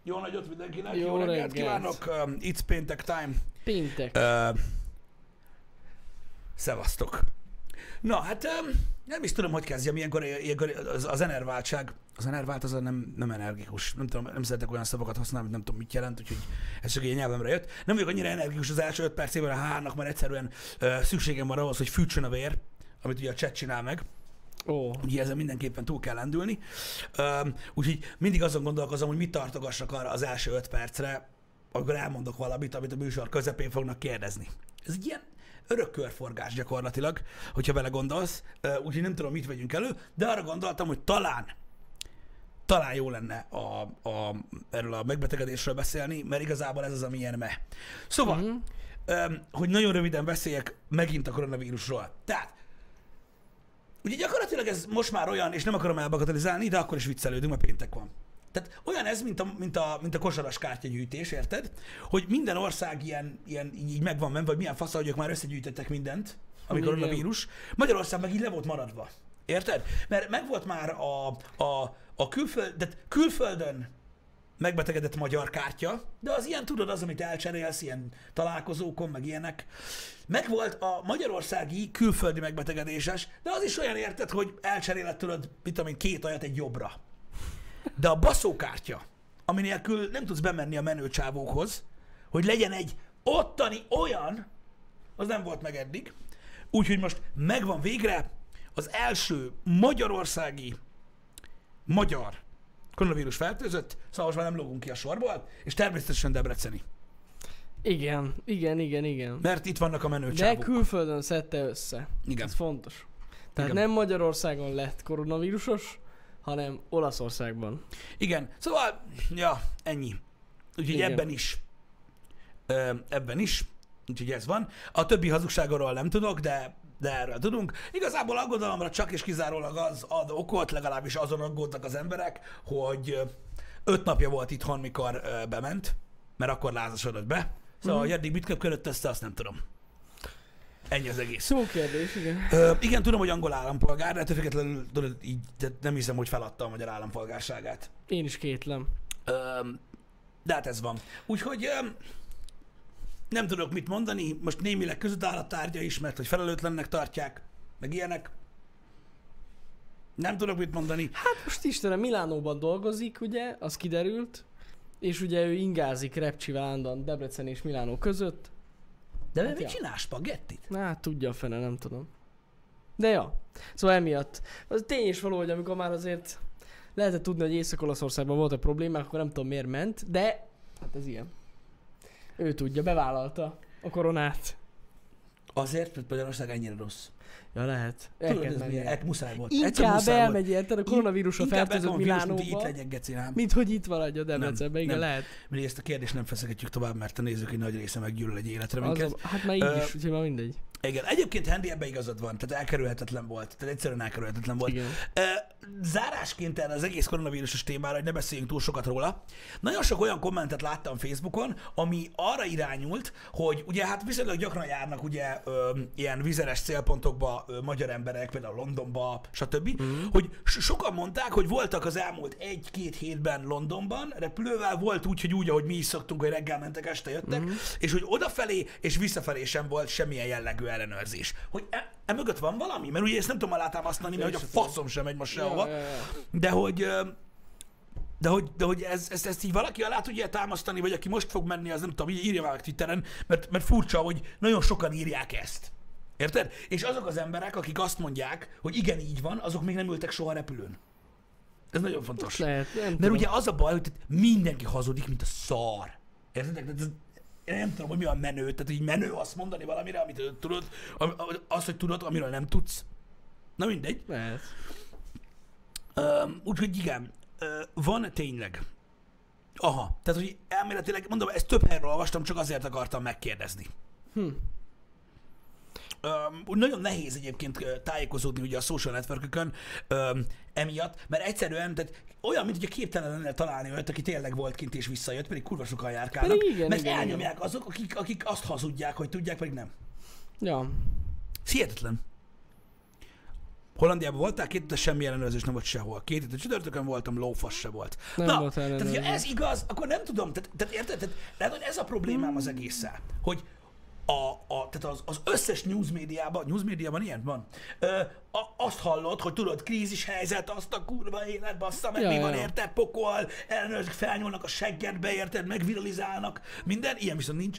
Jó nagyot mindenkinek, Jó jó reggelt reggelt. kívánok. It's péntek time. Péntek. Szevasztok. Na, hát nem is tudom, hogy kezdjem. Ilyenkor az enerváltság. Az enervált az nem energikus. Nem tudom, nem szeretek olyan szavakat használni, nem tudom, mit jelent, úgyhogy ez csak ilyen nyelvemre jött. Nem vagyok annyira energikus az első 5 percében a hárnak, mert egyszerűen szükségem van ahhoz, hogy fűtsön a vér, amit ugye a chat csinál meg. Ugye ezen mindenképpen túl kell lendülni. Úgyhogy mindig azon gondolkozom, hogy mit tartogassak arra az első 5 percre, amikor elmondok valamit, amit a műsor közepén fognak kérdezni. Ez egy ilyen örök körforgás gyakorlatilag, hogyha vele gondolsz, úgyhogy nem tudom, mit vegyünk elő, de arra gondoltam, hogy talán jó lenne erről a megbetegedésről beszélni, mert igazából ez az, ami ilyen Szóval, hogy nagyon röviden beszéljek megint a koronavírusról. Tehát, ugye gyakorlatilag ez most már olyan, és nem akarom elbagatelizálni, de akkor is viccelődünk, mert péntek van. Tehát olyan ez, mint a kosaras kártyagyűjtés, érted? Hogy minden ország így meg van menve, vagy milyen fasz, hogy ők már összegyűjtöttek mindent, amikor koronavírus. Magyarország meg így le volt maradva. Érted? Mert meg volt már külföldön megbetegedett magyar kártya, de az ilyen, tudod, az, amit elcserélsz, ilyen találkozókon, meg ilyenek. Megvolt a magyarországi külföldi megbetegedéses, de az is olyan, érted, hogy elcseréled, tudod, mit tudom én, 2 ajat egy jobbra. De a baszókártya, ami nélkül nem tudsz bemenni a menő csávókhoz, hogy legyen egy ottani olyan, az nem volt meg eddig. Úgyhogy most megvan végre az első magyarországi magyar koronavírus fertőzött, szóval most már nem lógunk ki a sorból, és természetesen debreceni. Igen. Mert itt vannak a menő csávók. De külföldön szedte össze. Igen. Ez fontos. Tehát Igen. nem Magyarországon lett koronavírusos, hanem Olaszországban. Igen, szóval, ja, ennyi. Úgyhogy Igen. ebben is, úgyhogy ez van. A többi hazugságról nem tudok, de erről tudunk. Igazából aggodalomra csak és kizárólag az ad okot, legalábbis azon aggódnak az emberek, hogy 5 napja volt itthon, mikor bement, mert akkor lázasodott be. Szóval, hogy eddig mit köpködött össze, azt nem tudom. Ennyi az egész. Szó kérdés, igen. Igen, tudom, hogy angol állampolgár, de ettől függetlenül tudod, így, nem hiszem, hogy feladta a magyar állampolgárságát. Én is kétlem. De hát ez van. Úgyhogy nem tudok mit mondani, most némileg között áll a tárgya is, mert hogy felelőtlennek tartják, meg ilyenek. Nem tudok mit mondani. Hát most Istenem, Milánóban dolgozik, ugye, az kiderült, és ugye ő ingázik repcsivel állandóan Debrecen és Milánó között. De Hát mit ja. csinál, spagettit? Hát tudja a fene, nem tudom. De ja, szóval emiatt. Az tény is való, hogy amikor már azért lehetett tudni, hogy Észak-Olaszországban voltak problémák, akkor nem tudom miért ment, de hát ez ilyen. Ő tudja, bevállalta a koronát. Azért, mert Magyarország ennyire rossz. Ja, lehet. Tudod, ez milyen? Muszáj volt. Inkább elmegy érted a koronavírusra Inkább fertőzött itt Milánóba, legyek, geci, nem? mint hogy itt maradja Debrecenben, igen, nem. lehet. Mert ezt a kérdést nem feszegetjük tovább, mert a nézők egy nagy része meggyűlöl egy életre minket. Hát már így is, úgyhogy már mindegy. Igen, egyébként Hendi, ebbe igazad van, tehát elkerülhetetlen volt, tehát egyszerűen elkerülhetetlen volt. Igen. Zárásként erre az egész koronavírusos témára, hogy ne beszéljünk túl sokat róla. Nagyon sok olyan kommentet láttam Facebookon, ami arra irányult, hogy ugye hát viszonylag gyakran járnak ugye ilyen vizeres célpontokba magyar emberek, például Londonba, stb. Hogy sokan mondták, hogy voltak az elmúlt 1-2 hétben Londonban, repülővel volt úgy, ahogy mi is szoktunk, hogy reggel mentek, este jöttek, és hogy odafelé és visszafelé sem volt semmilyen jellegű ellenőrzés. Hogy mögött van valami? Mert ugye ezt nem tudom alátámasztani, mert hogy a faszom sem megy most sehova. De hogy ezt így valaki alá tudja támasztani, vagy aki most fog menni, az nem tudom, írja meg Twitteren, mert furcsa, hogy nagyon sokan írják ezt. Érted? És azok az emberek, akik azt mondják, hogy igen, így van, azok még nem ültek soha repülőn. Ez nagyon fontos. Lehet, mert ugye az a baj, hogy mindenki hazudik, mint a szar. Értedek? Én nem tudom, hogy mi a menő. Tehát így menő azt mondani valamire, amit tudod, azt, hogy tudod, amiről nem tudsz. Na mindegy. Lehet. Úgyhogy igen, van tényleg. Aha, tehát hogy elméletileg, mondom, ezt több helyről olvastam, csak azért akartam megkérdezni. Nagyon nehéz egyébként tájékozódni ugye a social networkökön emiatt, mert egyszerűen, tehát olyan, mint hogy képtelen lenne találni olyat, aki tényleg volt kint és visszajött, pedig kurva sokan járkálnak, mert elnyomják azok, akik azt hazudják, hogy tudják, pedig nem. Ja. Ez hihetetlen. Hollandiában voltál, 2 héten semmi ellenőrzés nem volt sehol. 2 héten csütörtökön voltam, lófasz se volt. Nem volt tehát ellenőrzés. ha ez igaz, akkor nem tudom. Tehát érted? Tehát ez a problémám az egésszel, hogy tehát az összes newsmédiában ilyen van. Azt hallod, hogy tudod, krízis helyzet, azt a kurva élet, bassza meg, mi van, érted, pokol, ellenőrzik, felnyúlnak a seggedbe, érted, megviralizálnak, minden, ilyen viszont nincs.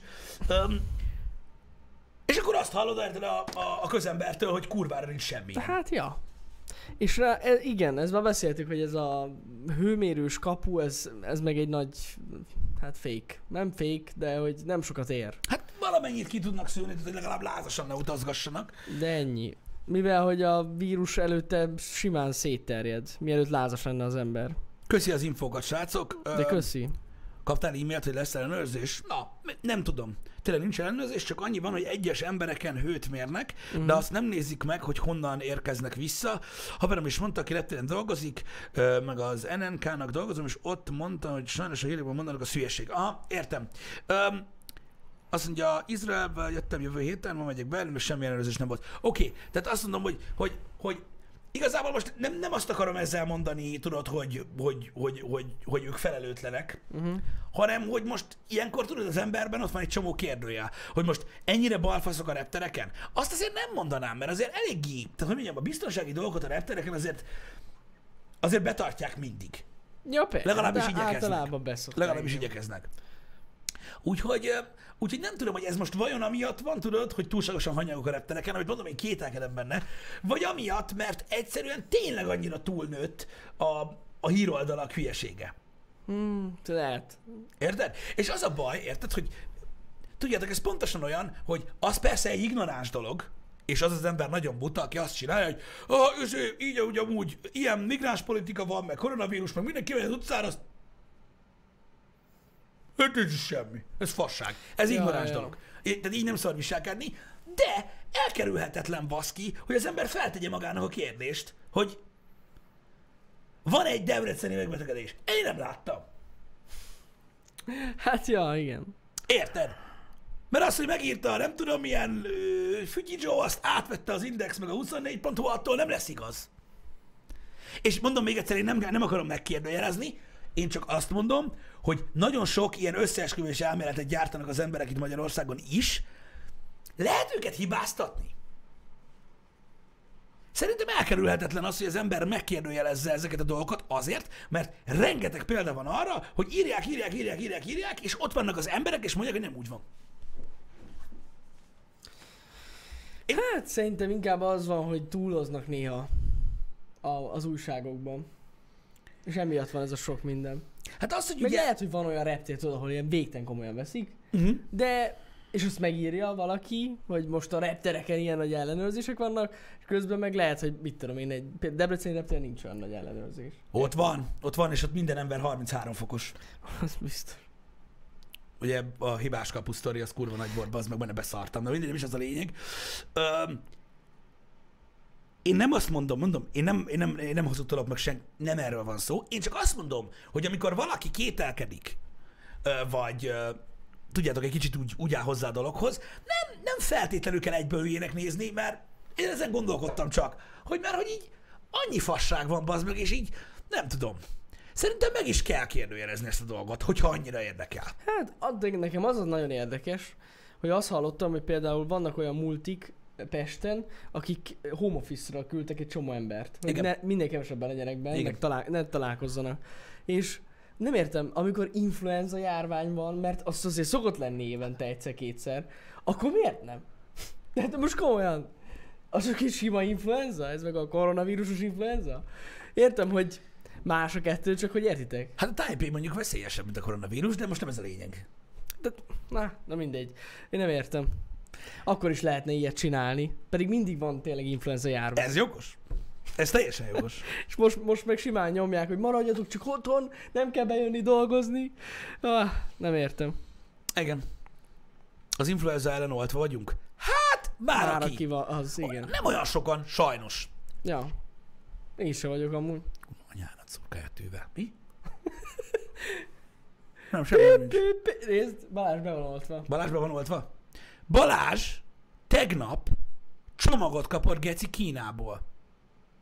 És akkor azt hallod, érted, a közembertől, hogy kurvára nincs semmi. Hát ja. És igen, ezt már beszéltük, hogy ez a hőmérős kapu, ez meg egy nagy, hát fake. Nem fake, de hogy nem sokat ér. Hát valamennyit ki tudnak szülni, hogy legalább lázasan ne utazgassanak. De ennyi. Mivel, hogy a vírus előtte simán szétterjed, mielőtt lázas lenne az ember. Köszi az infókat, srácok. De köszi. Kaptál e-mailt, hogy lesz ellenőrzés? Na, nem tudom. Tényleg nincs ellenőrzés, csak annyi van, hogy egyes embereken hőt mérnek, de azt nem nézik meg, hogy honnan érkeznek vissza. Haverom is mondta, aki reptéren dolgozik, meg az NNK-nak dolgozom, és ott mondta, hogy sajnos a hírekben mondanak a szülyeség. Aha, értem. Azt mondja, Izraelbe jöttem jövő héten, ma megyek be, és semmi ellenőrzés nem volt. Oké, tehát azt mondom, hogy igazából most nem azt akarom ezzel mondani, tudod, hogy ők felelőtlenek, hanem hogy most ilyenkor tudod, az emberben ott van egy csomó kérdője, hogy most ennyire balfaszok a reptereken. Azt azért nem mondanám, mert azért eléggé, tehát hogy mondjam, a biztonsági dolgokat a reptereken azért betartják mindig. Ja, persze, legalábbis igyekeznek. igyekeznek. Úgyhogy nem tudom, hogy ez most vajon amiatt van, tudod, hogy túlságosan hanyagok a reptereken, amit mondom, én kételkedem benne, vagy amiatt, mert egyszerűen tényleg annyira túlnőtt a híroldalak hülyesége. Lehet. Érted? És az a baj, érted, hogy tudjátok, ez pontosan olyan, hogy az persze egy ignoráns dolog, és az ember nagyon buta, aki azt csinálja, hogy így úgy amúgy ilyen migráns politika van, meg koronavírus, meg mindenki megy az utcára, azt hát ez semmi. Ez fasság. Ez ignoráns dolog. Tehát így nem szabad viselkedni, de elkerülhetetlen baszki, hogy az ember feltegye magának a kérdést, hogy van egy debreceni megbetegedés. Én nem láttam. Hát ja, igen. Érted? Mert azt, hogy megírta, nem tudom milyen Fügyi Joe, azt átvette az Index meg a 24.hu, attól nem lesz igaz. És mondom még egyszer, én nem akarom megkérdőjelezni, én csak azt mondom, hogy nagyon sok ilyen összeesküvés elméletet gyártanak az emberek itt Magyarországon is. Lehet őket hibáztatni? Szerintem elkerülhetetlen az, hogy az ember megkérdőjelezze ezeket a dolgokat azért, mert rengeteg példa van arra, hogy írják, és ott vannak az emberek, és mondják, hogy nem úgy van. Hát szerintem inkább az van, hogy túloznak néha az újságokban. És emiatt van ez a sok minden. Hát az, hogy meg ugye... lehet, hogy van olyan reptér, tudod, ahol ilyen végtelen komolyan veszik, de... És azt megírja valaki, hogy most a reptereken ilyen nagy ellenőrzések vannak, és közben meg lehet, hogy mit tudom én, egy Debreceni reptéren nincs olyan nagy ellenőrzés. Ott van, és ott minden ember 33 fokos. Az biztos. Ugye a hibás kapusztori, az kurva nagy volt, az meg benne beszartam, de mindegy, nem is az a lényeg. Én nem azt mondom, én nem hazudtolok meg sen, nem erről van szó. Én csak azt mondom, hogy amikor valaki kételkedik, vagy tudjátok, egy kicsit úgy áll hozzá a dologhoz, nem feltétlenül kell egyből hülyének nézni, mert én ezen gondolkodtam csak, hogy így annyi fasság van, bazd meg, és így nem tudom. Szerintem meg is kell kérdőjelezni ezt a dolgot, hogyha annyira érdekel. Hát addig nekem az nagyon érdekes, hogy azt hallottam, hogy például vannak olyan multik Pesten, akik home office-ra küldtek egy csomó embert, hogy minél kevesebben legyenek benne, meg ne találkozzanak. És nem értem, amikor influenza járvány van, mert azt azért szokott lenni évente egyszer-kétszer, akkor miért nem? De most komolyan, az csak egy sima influenza, ez meg a koronavírusos influenza? Értem, hogy más a kettő, csak hogy értitek? Hát a tájpé mondjuk veszélyesebb, mint a koronavírus, de most nem ez a lényeg. De, na mindegy. Én nem értem. Akkor is lehetne ilyet csinálni, pedig mindig van tényleg influenza járvány. Ez jogos. Ez teljesen jogos. És most meg simán nyomják, hogy maradjatok csak otthon, nem kell bejönni dolgozni. Nem értem. Igen. Az influenza ellen oltva vagyunk? Hát, már aki van, az igen. Nem olyan sokan, sajnos. Ja. Én sem vagyok amúgy. Anyának szurkáját tűve. Mi? Nem, semmi nincs. Nézd, Balázs be van oltva. Balázs be van oltva? Balázs tegnap csomagot kapott geci Kínából.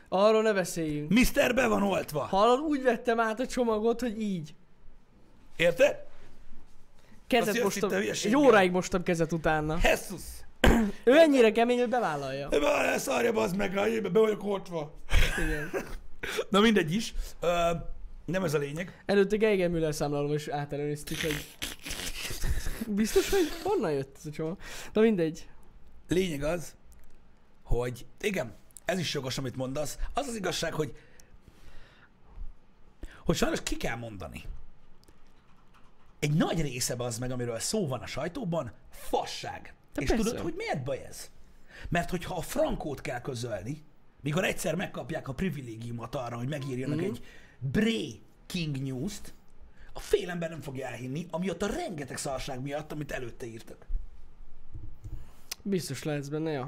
Arról ne beszéljünk. Mr. be van oltva. Hallod, úgy vettem át a csomagot, hogy így. Érted? Kezet Azt mostam. hitte Egy hülyeséggel. óráig mostam kezet utána. Jesus! Ő ennyire kemény, hogy bevállalja. Be szarja, bazd meg, be vagyok oltva. Igen. Na mindegy is. Nem ez a lényeg. Előtte Geiger Müller számlálom, és átellenőriztük, hogy... Biztos, hogy honnan jött ez a csomag? Na mindegy. Lényeg az, hogy igen, ez is jogos, amit mondasz. Az az igazság, hogy sajnos ki kell mondani. Egy nagy része az meg, amiről szó van a sajtóban, fasság. És persze. tudod, hogy miért baj ez? Mert hogyha a frankót kell közölni, mikor egyszer megkapják a privilégiumot arra, hogy megírjanak egy breaking news-t, a fél ember nem fogja elhinni, amiatt a rengeteg szarság miatt, amit előtte írtak. Biztos lehetsz benne, ja.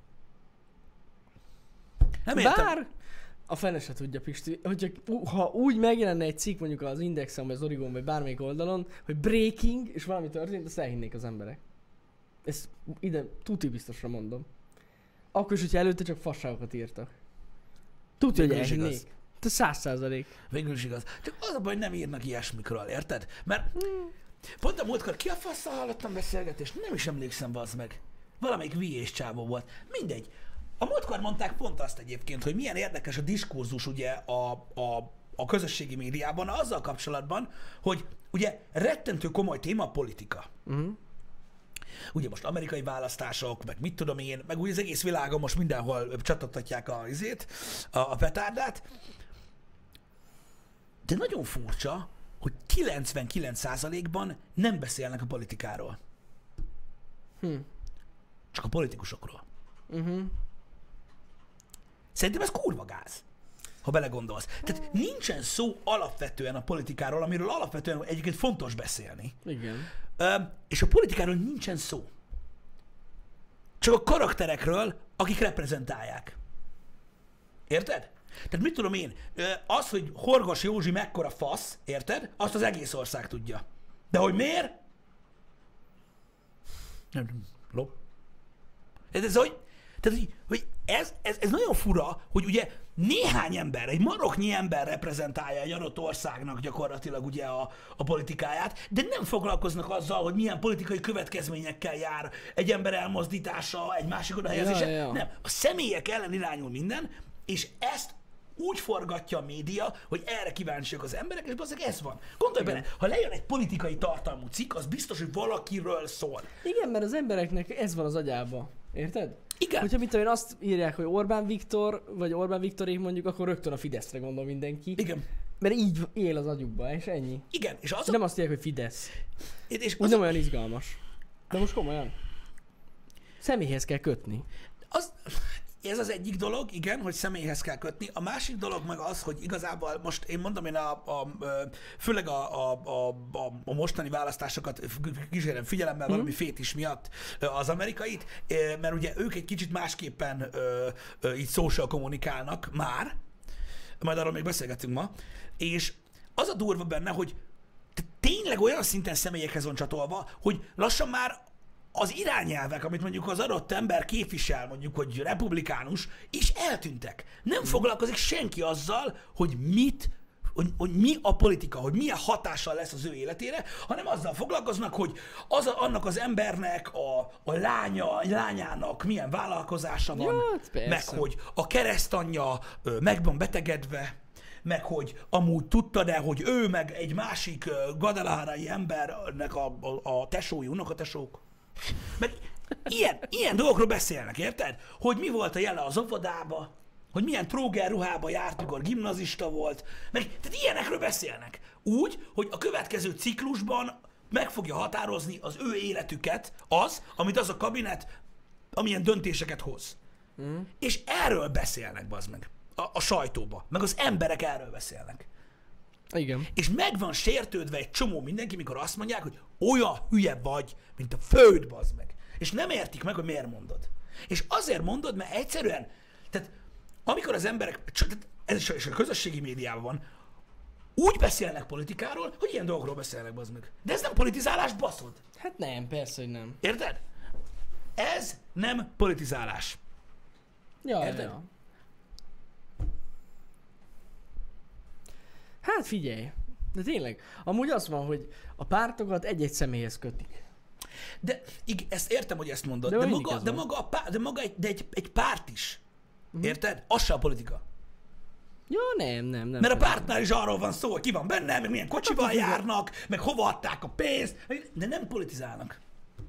Nem értem. Bár a fene se tudja, Pisti, hogyha, ha úgy megjelenne egy cikk mondjuk az Indexen, vagy az Origon, vagy bármelyik oldalon, hogy breaking, és valami történt, azt elhinnék az emberek. Ezt ide tuti biztosra mondom. Akkor is, hogyha előtte csak fasságokat írtak. Tudja, hogy Végül is elhinnék. igaz. Te 100%. Végül is igaz. Csak az a baj, hogy nem írnak ilyesmikről, érted? Mert pont a múltkor ki a fasszal hallottam beszélgetést, nem is emlékszem, bazd meg. Valamelyik VS csávó volt. Mindegy. A múltkor mondták pont azt egyébként, hogy milyen érdekes a diskurzus ugye a közösségi médiában azzal kapcsolatban, hogy ugye rettentő komoly téma a politika. Ugye most amerikai választások, meg mit tudom én, meg úgy az egész világon most mindenhol csattatják a petárdát. De nagyon furcsa, hogy 99%-ban nem beszélnek a politikáról. Csak a politikusokról. Szerintem ez kurva gáz, ha belegondolsz. Tehát nincsen szó alapvetően a politikáról, amiről alapvetően egyébként fontos beszélni. Igen. És a politikáról nincsen szó. Csak a karakterekről, akik reprezentálják. Érted? Tehát mit tudom én, az, hogy Horgos Józsi mekkora fasz, érted? Azt az egész ország tudja. De hogy miért? Nem, lop. Ez nagyon fura, hogy ugye néhány ember, egy maroknyi ember reprezentálja egy adott országnak gyakorlatilag ugye a politikáját, de nem foglalkoznak azzal, hogy milyen politikai következményekkel jár egy ember elmozdítása, egy másik oda helyezése. Ja. Nem, a személyek ellen irányul minden, és ezt úgy forgatja a média, hogy erre kíváncsiak az emberek, és bazzeg ez van. Gondolj bele, ha lejön egy politikai tartalmú cikk, az biztos, hogy valakiről szól. Igen, mert az embereknek ez van az agyában. Érted? Igen. Hogyha mit tudom én, azt írják, hogy Orbán Viktor, vagy Orbán Viktorék mondjuk, akkor rögtön a Fideszre gondol mindenki. Igen. Mert így él az agyukba, és ennyi. Igen, és az Nem azt írják, hogy Fidesz. és Úgy nem olyan izgalmas. De most komolyan. Személyhez kell kötni. Ez az egyik dolog, igen, hogy személyhez kell kötni. A másik dolog meg az, hogy igazából most én mondom, én főleg a mostani választásokat kísérem figyelemmel valami fétis miatt az amerikait, mert ugye ők egy kicsit másképpen így social kommunikálnak már, majd arról még beszélgetünk ma, és az a durva benne, hogy tényleg olyan szinten személyekhez van csatolva, hogy lassan már az irányelvek, amit mondjuk az adott ember képvisel, mondjuk, hogy republikánus, is eltűntek. Nem foglalkozik senki azzal, hogy hogy mi a politika, hogy milyen hatással lesz az ő életére, hanem azzal foglalkoznak, hogy annak az embernek, a lányának milyen vállalkozása van, meg hogy a keresztanyja meg van betegedve, meg hogy amúgy tudtad-e, hogy ő meg egy másik guadalajarai embernek a tesói, unokatesók. Meg ilyen dolgokról beszélnek, érted? Hogy mi volt a jele az óvodába, hogy milyen tróger ruhába járt, mikor gimnazista volt, tehát ilyenekről beszélnek. Úgy, hogy a következő ciklusban meg fogja határozni az ő életüket amit az a kabinet, amilyen döntéseket hoz. És erről beszélnek, bazd meg, a sajtóba, meg az emberek erről beszélnek. Igen. És meg van sértődve egy csomó mindenki, mikor azt mondják, hogy olyan hülye vagy, mint a főd, bazd meg. És nem értik meg, hogy miért mondod. És azért mondod, mert egyszerűen, tehát amikor az emberek, ez is a közösségi médiában van, úgy beszélnek politikáról, hogy ilyen dolgokról beszélnek, bazd meg. De ez nem politizálás, baszod. Hát nem, persze, hogy nem. Érted? Ez nem politizálás. Ja, érted? ja. Hát figyelj, de tényleg, amúgy az van, hogy a pártokat egy-egy személyhez kötik. De ezt értem, hogy ezt mondod, De de, mindig maga, ez de, van. maga, a pár, de maga egy párt is. Érted? Az se a politika. Ja, nem. Mert a pártnál is arról van szó, hogy ki van benne, meg milyen kocsival járnak, meg hova adták a pénzt, de nem politizálnak.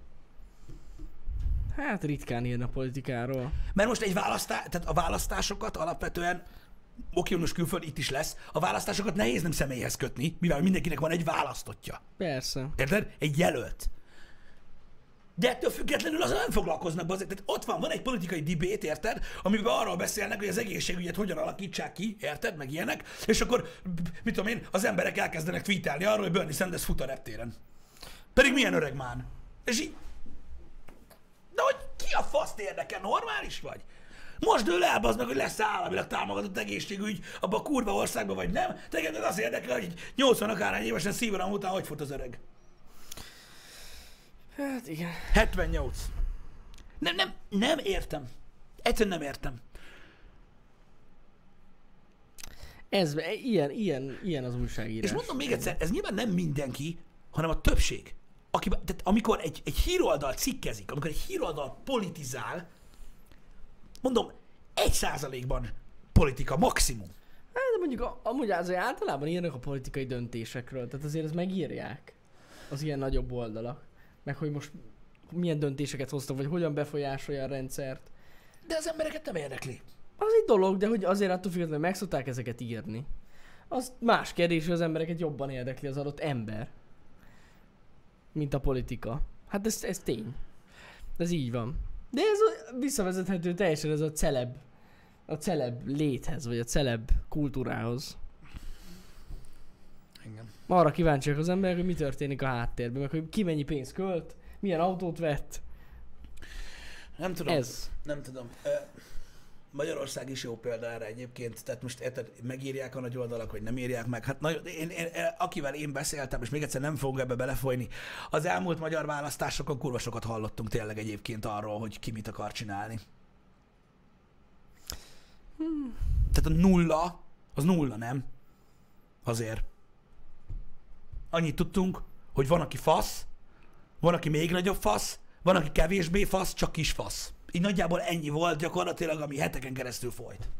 Hát ritkán írnak politikáról. Mert most tehát a választásokat alapvetően, oké, most külföld itt is lesz, a választásokat nehéz nem személyhez kötni, mivel mindenkinek van egy választottja. Persze. Érted? Egy jelölt. De ettől függetlenül azzal nem foglalkoznak azért. Tehát ott van egy politikai debate, érted? Amiben arról beszélnek, hogy az egészségügyet hogyan alakítsák ki, érted? Meg ilyenek. És akkor, mit tudom én, az emberek elkezdenek tweetelni arról, hogy Bernie Sanders fut a reptéren. Pedig milyen öreg mán. És így... De hogy ki a faszt érdekel? Normális vagy? Most dől el, bazd meg, hogy lesz államilag támogatott egészségügy abba a kurva országban, vagy nem. Teged az érdekel, hogy 80 akárhány évesen szívaram után hogy fut az öreg. Hát igen. 78. Nem értem. Egyszerűen nem értem. Ilyen az újságírás. És mondom még egyszer, ez nyilván nem mindenki, hanem a többség. Tehát amikor egy híroldal cikkezik, amikor egy híroldal politizál, mondom, 1%-ban politika maximum. Hát, de mondjuk amúgy azért általában írnak a politikai döntésekről, tehát azért ezt megírják az ilyen nagyobb oldalak. Meg hogy most milyen döntéseket hoztak, vagy hogyan befolyásolja a rendszert. De az embereket nem érdekli. Az egy dolog, de hogy azért attól függetlenül meg szokták ezeket írni. Az más kérdés, hogy az embereket jobban érdekli az adott ember, mint a politika. Hát ez tény. Ez így van. De ez visszavezethető teljesen ez a celeb léthez, vagy a celeb kultúrához. Igen. Arra kíváncsiak az emberek, hogy mi történik a háttérben, meg hogy ki mennyi pénzt költ, milyen autót vett. Nem tudom. Ez. Nem tudom. Magyarország is jó példa erre egyébként, tehát most érted, megírják a nagy oldalak, vagy nem írják meg. Hát akivel én beszéltem, és még egyszer nem fogok ebbe belefolyni, az elmúlt magyar választásokon kurva sokat hallottunk tényleg egyébként arról, hogy ki mit akar csinálni. Tehát a nulla, az nulla, nem? Azért. Annyit tudtunk, hogy van, aki fasz, van, aki még nagyobb fasz, van, aki kevésbé fasz, csak kis fasz. Így nagyjából ennyi volt gyakorlatilag, ami heteken keresztül folyt.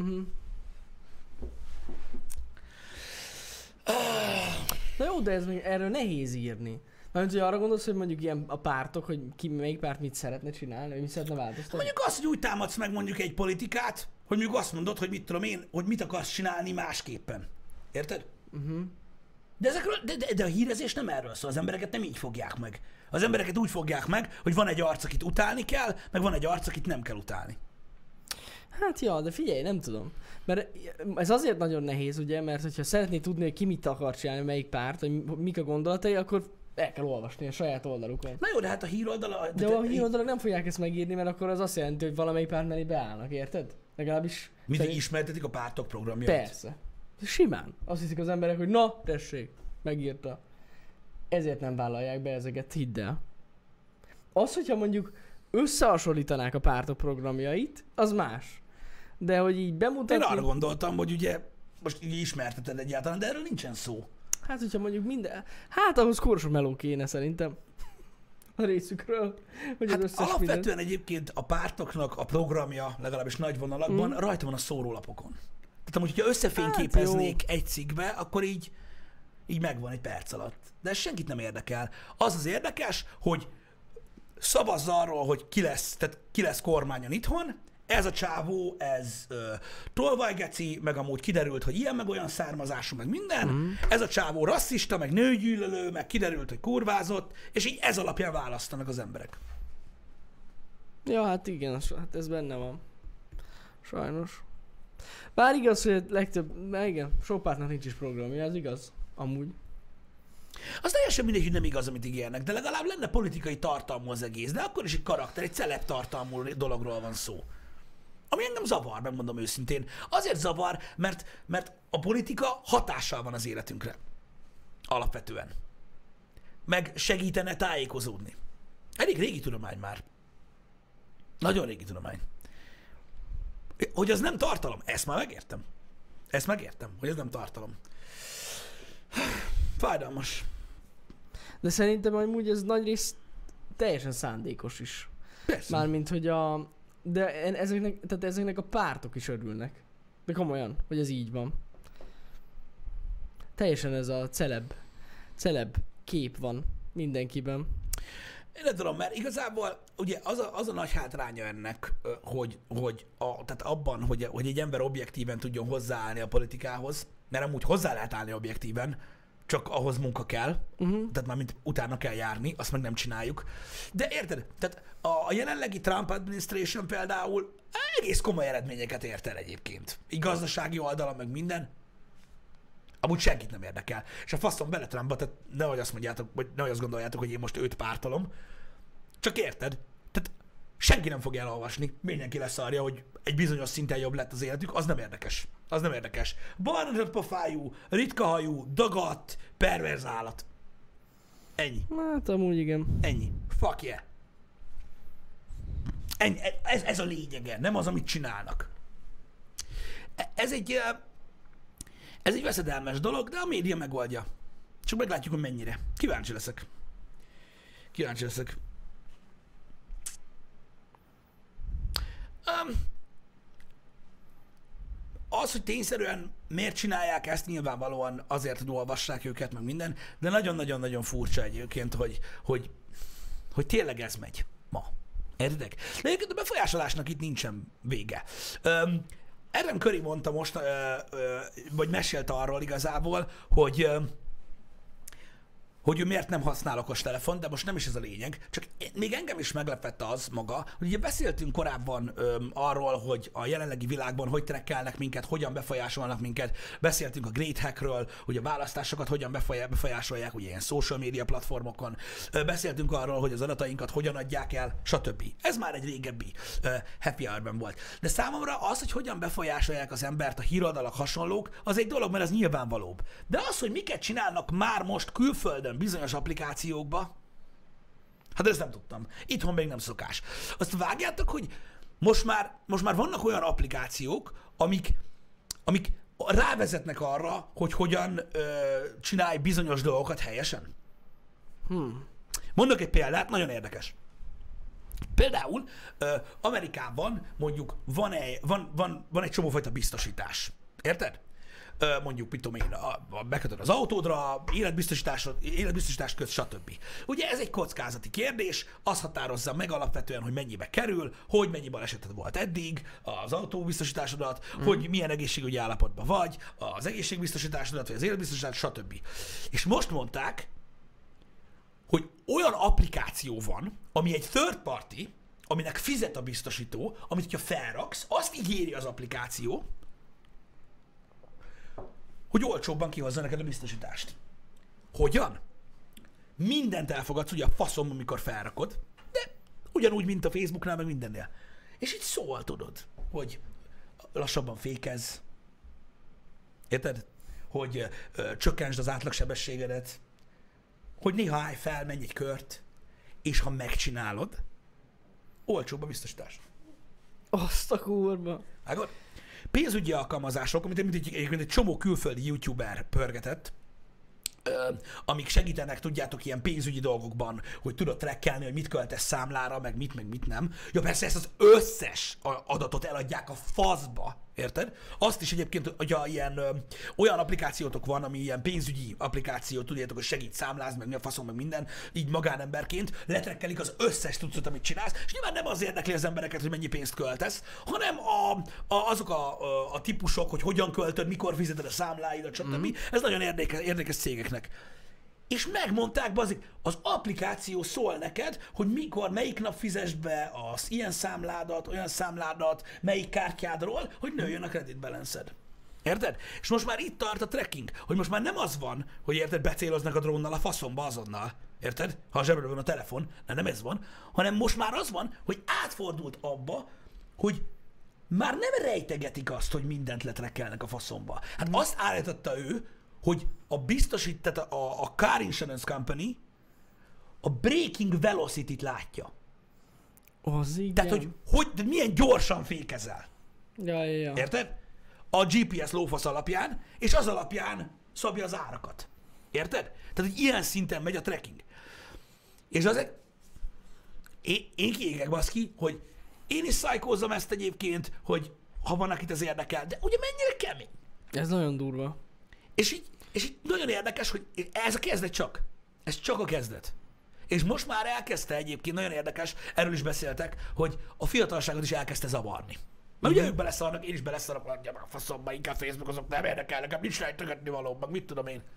Na jó, de ez még erről nehéz írni. Mármint, hogy arra gondolsz, hogy mondjuk ilyen a pártok, hogy melyik párt mit szeretne csinálni, vagy mit szeretne változtatni? Mondjuk azt, hogy úgy támadsz meg mondjuk egy politikát, hogy mondjuk azt mondod, hogy mit tudom én, hogy mit akarsz csinálni másképpen. Érted? De, de a hírezés nem erről szól, az embereket nem így fogják meg. Az embereket úgy fogják meg, hogy van egy arc, akit utálni kell, meg van egy arc, akit nem kell utálni. Hát ja, de figyelj, nem tudom. Mert ez azért nagyon nehéz, ugye, mert hogyha szeretnéd tudni, hogy ki mit akar csinálni, melyik párt, hogy mik a gondolatai, akkor el kell olvasni a saját oldalukon. Na jó, de hát a híroldala... De a híroldalak nem fogják ezt megírni, mert akkor az azt jelenti, hogy valamelyik párt mellé beállnak, érted? Legalábbis... Mindig ismertetik a pártok programjait. Persze. Simán. Azt hiszik az emberek, hogy na, tessék, megírta. Ezért nem vállalják be ezeket, hidd el. Az, hogyha mondjuk összehasonlítanák a pártok programjait, az más. De hogy így bemutatni... Én arra gondoltam, hogy ugye most így ismerteted egyáltalán, de erről nincsen szó. Hát, hogyha mondjuk minden... Hát ahhoz Kóros Meló kéne szerintem. A részükről. Hogy Hát az összes alapvetően minden... egyébként a pártoknak a programja, legalábbis nagy vonalakban, rajta van a szórólapokon. Tehát amúgy, hogyha összefényképeznék egy cikkbe, akkor így megvan egy perc alatt. De ez senkit nem érdekel. Az érdekes, hogy szavazz arról, hogy ki lesz kormányon itthon, ez a csávó, ez tolvajgeci, meg amúgy kiderült, hogy ilyen meg olyan származású, meg minden. Ez a csávó rasszista, meg nőgyűlölő, meg kiderült, hogy kurvázott, és így ez alapján választanak az emberek. Ja, hát igen, hát ez benne van. Sajnos. Bár igaz, hogy legtöbb, igen, sok pártnak nincs is programja, ez igaz, amúgy. Az teljesen mindegy, hogy nem igaz, amit ígérnek, de legalább lenne politikai tartalmú az egész, de akkor is egy karakter, egy celeb tartalmú dologról van szó. Ami engem zavar, megmondom őszintén. Azért zavar, mert a politika hatással van az életünkre. Alapvetően. Meg segítene tájékozódni. Elég régi tudomány már. Nagyon régi tudomány. Hogy az nem tartalom, ezt már megértem. Hogy ez nem tartalom. Fájdalmas. De szerintem amúgy ez nagy rész teljesen szándékos is. Persze. Mármint, hogy de ezeknek a pártok is örülnek. De komolyan, hogy ez így van. Teljesen ez a celeb kép van mindenkiben. Én nem tudom, mert igazából ugye az a nagy hátránya ennek, tehát abban, hogy egy ember objektíven tudjon hozzáállni a politikához, mert amúgy hozzá lehet állni objektíven, csak ahhoz munka kell, tehát már mint utána kell járni, azt meg nem csináljuk. De érted? Tehát a jelenlegi Trump administration például egész komoly eredményeket ért el egyébként. Így gazdasági oldalon, meg minden. Amúgy senkit nem érdekel. És a faszom bele Trumpba, tehát nehogy azt mondjátok, vagy nehogy azt gondoljátok, hogy én most őt pártolom. Csak érted? Tehát senki nem fogja elolvasni, mindenki leszarja, hogy egy bizonyos szinten jobb lett az életük, az nem érdekes. Az nem érdekes. Barna pofájú, ritka hajú, dagadt, perverz állat. Ennyi. Hát amúgy igen. Ennyi. Fuck yeah. Ennyi. Ez a lényege, nem az, amit csinálnak. Ez egy veszedelmes dolog, de a média megoldja. Csak meglátjuk, hogy mennyire. Kíváncsi leszek. Az, hogy tényszerűen miért csinálják ezt, nyilvánvalóan azért, hogy olvassák őket, meg minden, de nagyon-nagyon-nagyon furcsa egyébként, hogy tényleg ez megy ma. Értitek? De egyébként a befolyásolásnak itt nincsen vége. Adam Curry mondta most, vagy mesélte arról igazából, hogy ő miért nem használ okostelefont, de most nem is ez a lényeg, csak még engem is meglepette az maga, hogy ugye beszéltünk korábban arról, hogy a jelenlegi világban hogy trekkelnek minket, hogyan befolyásolnak minket, beszéltünk a Great Hackről, hogy a választásokat hogyan befolyásolják, ugye ilyen social media platformokon, beszéltünk arról, hogy az adatainkat hogyan adják el, stb. Ez már egy régebbi happy hour-ben volt. De számomra az, hogy hogyan befolyásolják az embert a híroldalak hasonlók, az egy dolog, mert az nyilvánvalóbb. De az, hogy miket csinálnak már most külföldön, bizonyos applikációkba, hát ezt nem tudtam. Itthon még nem szokás. Azt vágjátok, hogy most már vannak olyan applikációk, amik rávezetnek arra, hogy hogyan csinálj bizonyos dolgokat helyesen. Mondok egy példát, nagyon érdekes. Például Amerikában mondjuk van egy csomófajta biztosítás. Érted? Mondjuk, mit tudom én, bekötöd az autódra, életbiztosítást kötsz, stb. Ugye ez egy kockázati kérdés, az határozza meg alapvetően, hogy mennyibe kerül, hogy mennyi baleseted volt eddig, az autóbiztosításodat, hogy milyen egészségügyi állapotban vagy, az egészségbiztosításodat, vagy az életbiztosításodat, stb. És most mondták, hogy olyan applikáció van, ami egy third party, aminek fizet a biztosító, amit ha felraksz, azt ígéri az applikáció, hogy olcsóbban kihozza neked a biztosítást. Hogyan? Mindent elfogadsz, ugye a faszom, amikor felrakod, de ugyanúgy, mint a Facebooknál, meg mindennél. És így szól, tudod, hogy lassabban fékezz, érted? Hogy csökkentsd az átlagsebességedet, hogy néha állj fel, menj egy kört, és ha megcsinálod, olcsóbb a biztosítás. Azt a kurva. Vágod? Pénzügyi alkalmazások, amit egyébként egy csomó külföldi youtuber pörgetett, amik segítenek, tudjátok, ilyen pénzügyi dolgokban, hogy tudod trackelni, hogy mit költesz számlára, meg mit nem. Ja, persze ezt az összes adatot eladják a faszba, érted? Azt is egyébként, hogy olyan applikációtok van, ami ilyen pénzügyi applikáció, tudjátok, hogy segít számlázni, meg mi a faszom, meg minden, így magánemberként letrekkelik az összes tucot, amit csinálsz, és nyilván nem az érdekli az embereket, hogy mennyi pénzt költesz, hanem azok a típusok, hogy hogyan költöd, mikor fizeted a számláidat, stb. Ez nagyon érdekes cégeknek. És megmondták, bazik, az applikáció szól neked, hogy mikor, melyik nap fizesd be az ilyen számládat, olyan számládat, melyik kártyádról, hogy nőjön a credit balance-ed. Érted? És most már itt tart a tracking, hogy most már nem az van, hogy érted, becéloznak a drónnal a faszomba azonnal. Érted? Ha a zsebedben van a telefon, nem ez van, hanem most már az van, hogy átfordult abba, hogy már nem rejtegetik azt, hogy mindent letrekkelnek a faszomba. Hát azt állította ő, hogy tehát a Car Insurance Company a braking velocity-t látja. Az igen. Tehát, hogy milyen gyorsan fékezel. Ja. Érted? A GPS lófasz alapján, és az alapján szabja az árakat. Érted? Tehát, hogy ilyen szinten megy a tracking. És azért én kiégek, baszki, hogy én is szájkózzam ezt egyébként, hogy ha van, akit ez érdekel, de ugye mennyire kemény. Ez nagyon durva. És így nagyon érdekes, hogy ez a kezdet csak. Ez csak a kezdet. És most már elkezdte egyébként, nagyon érdekes, erről is beszéltek, hogy a fiatalságot is elkezdte zavarni. Mert ugye ők beleszarnak, én is beleszarok, adja meg a faszomba, inkább Facebook, azok nem érdekel, nekem nincs rejtegetni való, meg mit tudom én.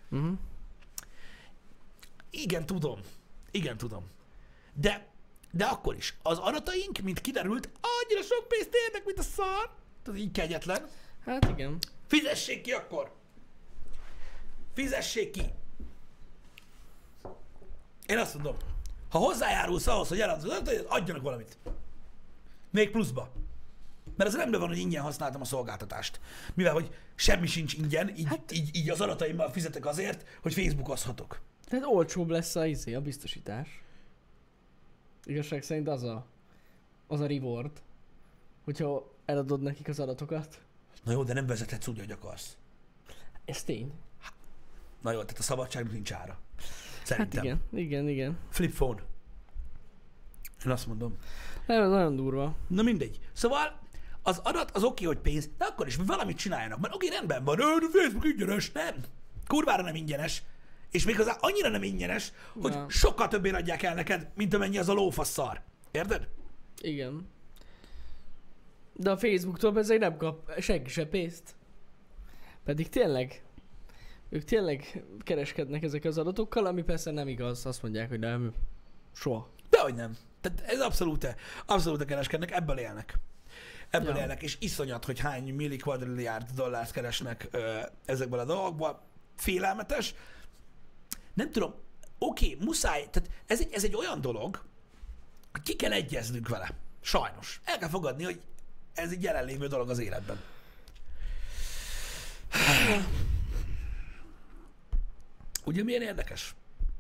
Igen, tudom. De akkor is. Az adataink, mint kiderült, annyira sok pénzt érnek, mint a szar. Tehát így kegyetlen. Hát igen. Fizessék ki akkor! Fizessék ki! Én azt mondom, ha hozzájárulsz ahhoz, hogy eladod az adatot, adjanak valamit. Még pluszba. Mert az rendben van, hogy ingyen használtam a szolgáltatást. Mivel, hogy semmi sincs ingyen, így az adataimmal fizetek azért, hogy Facebookozhatok. Tehát olcsóbb lesz a biztosítás. Igazság szerint az a reward, hogyha eladod nekik az adatokat. Na jó, de nem vezethetsz úgy, hogy akarsz. Ez tény. Na jó, tehát a szabadságnak nincs ára. Szerintem. Hát igen. Flip phone. Én azt mondom. Nagyon durva. Na mindegy. Szóval az adat az oké, hogy pénz, de akkor is valamit csináljanak. Mert oké, rendben van, de Facebook ingyenes. Nem. Kurvára nem ingyenes. És még az annyira nem ingyenes, hogy sokkal többért adják el neked, mint amennyi az a lófasz szar. Érted? Igen. De a Facebooktól ezért nem kap senki se pénzt. Pedig tényleg, ők tényleg kereskednek ezek az adatokkal, ami persze nem igaz. Azt mondják, hogy nem. Soha. Dehogy nem. Tehát ez abszolút kereskednek, ebből élnek. Ebből élnek, és iszonyat, hogy hány millikvadrilliárd dollárt keresnek ezekből a dolgokból. Félelmetes. Nem tudom, oké, muszáj, tehát ez egy olyan dolog, hogy ki kell egyeznünk vele. Sajnos. El kell fogadni, hogy ez egy jelenlévő dolog az életben. Ugye milyen érdekes?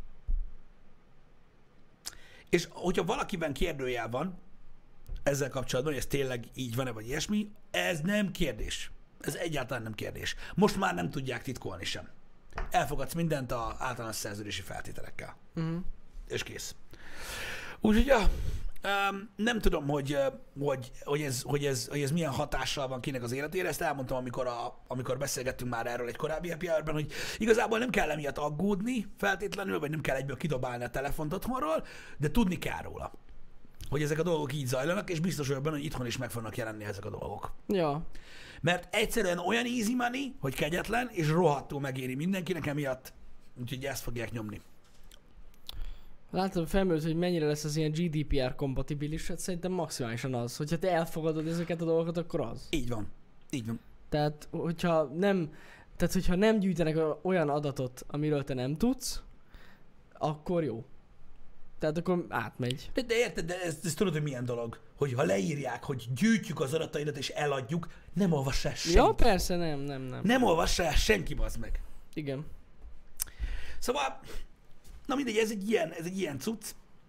És hogyha valakiben kérdőjel van ezzel kapcsolatban, hogy ez tényleg így van-e, vagy ilyesmi, ez nem kérdés. Ez egyáltalán nem kérdés. Most már nem tudják titkolni sem. Elfogadsz mindent az általános szerződési feltételekkel. És kész. Úgyhogy nem tudom, hogy ez milyen hatással van kinek az életére. Ezt elmondtam, amikor beszélgettünk már erről egy korábbi happy hour-ben, hogy igazából nem kell emiatt aggódni feltétlenül, vagy nem kell egyből kidobálni a telefont otthonról, de tudni kell róla, hogy ezek a dolgok így zajlanak, és biztos vagyok benne, hogy itthon is meg fognak jelenni ezek a dolgok. Ja. Mert egyszerűen olyan easy money, hogy kegyetlen, és rohadtul megéri mindenkinek emiatt, úgyhogy ezt fogják nyomni. Látod, felmerült, hogy mennyire lesz az ilyen GDPR kompatibilis, hát szerintem maximálisan az. Hogyha te elfogadod ezeket a dolgokat, akkor az. Így van. Tehát, hogyha nem gyűjtenek olyan adatot, amiről te nem tudsz, akkor jó. Tehát akkor átmegy. De érted, de ez tudod, hogy milyen dolog? Hogy ha leírják, hogy gyűjtjük az adataidat és eladjuk, nem olvassa el senki. Ja, persze, nem. Nem olvassa el senki, bazd meg. Igen. Szóval, na mindegy, ez egy ilyen cucc.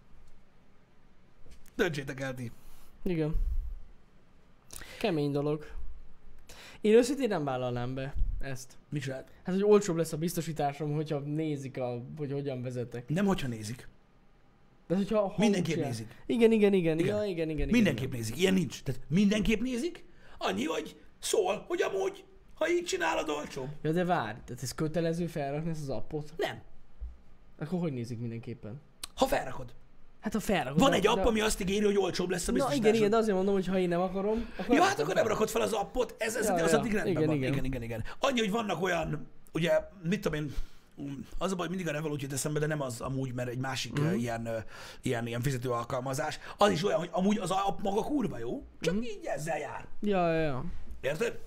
Döntsétek el ti. Igen. Kemény dolog. Én őszintén nem vállalnám be ezt. Mit csinál? Hát, hogy olcsóbb lesz a biztosításom, hogyha nézik, hogy hogyan vezetek. Nem, hogyha nézik. De hogyha mindenképp nézik. Igen. Ja, igen. Mindenképp nézik. Ilyen nincs. Tehát mindenképp nézik. Annyi, hogy szól, hogy amúgy, ha így csinálod, olcsóbb. Ja, de várj, tehát ez kötelező felrakni ezt az appot? Nem. Akkor hogy nézik mindenképpen? Ha felrakod. Hát ha felrakod. Van egy app, ami azt ígéri, hogy olcsóbb lesz a biztosításod. Na igen, de azért mondom, hogy ha én nem akarom, akkor... Ja, hát akkor nem rakod fel az appot, az addig rendben van. Igen. Annyi, hogy vannak olyan, ugye, mit tudom én, az a baj, mindig a Revolut jut eszembe, de nem az amúgy, mert egy másik ilyen fizető alkalmazás. Az is olyan, hogy amúgy az app maga kurva jó, csak így ezzel jár. Ja. Érted?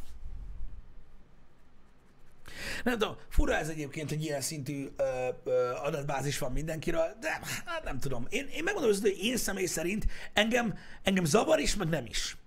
Nem tudom, fura ez egyébként, hogy ilyen szintű adatbázis van mindenkiről, de hát nem tudom. Én megmondom őszintén, hogy én személy szerint engem zavar is, meg nem is.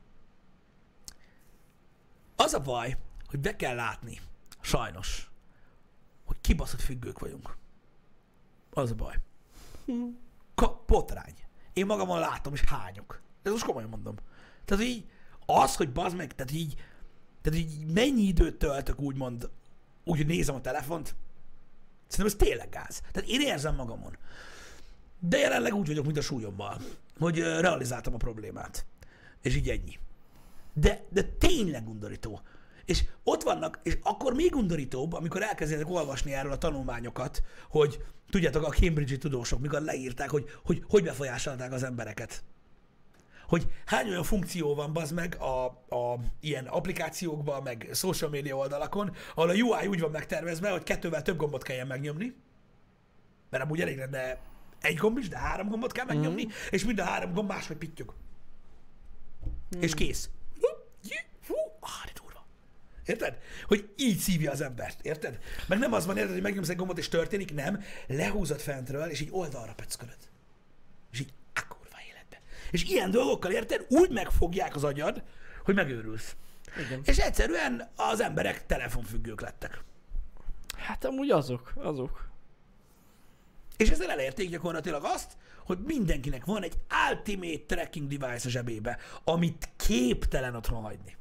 Az a baj, hogy be kell látni, sajnos, hogy kibaszott függők vagyunk. Az a baj. Potrány. Én magamon látom, és hányok. Ez most komolyan mondom. Tehát így, az, hogy bazd meg, tehát így mennyi időt töltök úgymond, úgy nézem a telefont, Szerintem ez tényleg gáz. Tehát én érzem magamon. De jelenleg úgy vagyok, mint a súlyommal, hogy realizáltam a problémát. És így ennyi. De tényleg undorító. És ott vannak, és akkor még undorítóbb, amikor elkezdjetek olvasni erről a tanulmányokat, hogy tudjátok, a Cambridge-i tudósok, mikor leírták, hogy befolyásolták az embereket. Hogy hány olyan funkció van, bazd meg, a ilyen applikációkban, meg social media oldalakon, ahol a UI úgy van megtervezve, hogy 2-vel több gombot kelljen megnyomni, mert amúgy elég lenne egy gomb is, de 3 gombot kell megnyomni, és mind a 3 gomb máshogy pittyog. És kész. De durva. Érted? Hogy így szívja az embert, érted? Meg nem az van, érted, hogy megnyomsz egy gombot és történik, nem. Lehúzod fentről, és így oldalra pöckölöd. És így kurva életbe. És ilyen dolgokkal, érted? Úgy megfogják az agyad, hogy megőrülsz. Igen. És egyszerűen az emberek telefonfüggők lettek. Hát amúgy azok. És ezzel elérték gyakorlatilag azt, hogy mindenkinek van egy ultimate tracking device a zsebébe, amit képtelen otthon hagyni.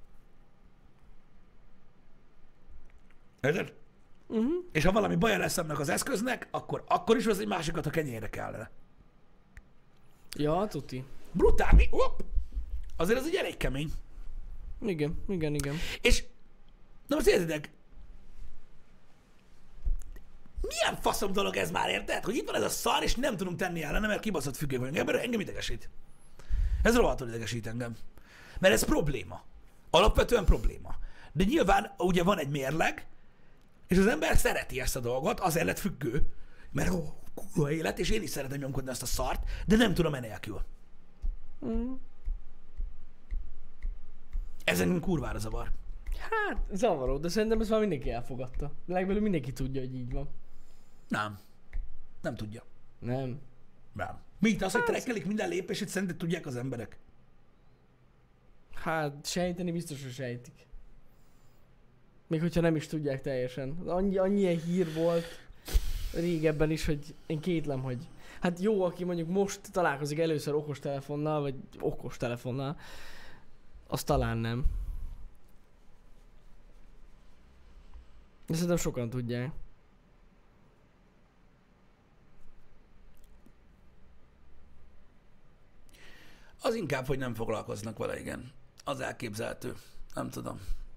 Érted? És ha valami baja lesz annak az eszköznek, akkor is vesz egy másikat, ha kenyérre kellene. Ja, tuti. Brutál, mi? Hopp! Azért ez egy elég kemény. Igen. És, na most értitek, milyen faszom dolog ez már, érted? Hogy itt van ez a szar, és nem tudunk tenni ellene, mert kibaszott függő vagyunk. Engem idegesít. Ez rohadtul idegesít engem. Mert ez probléma. Alapvetően probléma. De nyilván ugye van egy mérleg, és az ember szereti ezt a dolgot, azért lett függő, mert kurva élet, és én is szeretem nyomkodni ezt a szart, de nem tudom enélkül. Ez engem kurvára zavar. Hát, zavaró, de szerintem ezt már mindenki elfogadta. Legbelül mindenki tudja, hogy így van. Nem tudja. Nem. Mit? Az, hogy trekkelik minden lépését, szerinted tudják az emberek? Hát, sejteni biztos, hogy sejtik. Még hogyha nem is tudják teljesen. Annyi ilyen hír volt régebben is, hogy én kétlem, hogy... Hát jó, aki mondjuk most találkozik először okostelefonnal, vagy okostelefonnal, az talán nem. De szerintem sokan tudják. Az inkább, hogy nem foglalkoznak vele, igen. Az elképzelhető. Nem tudom.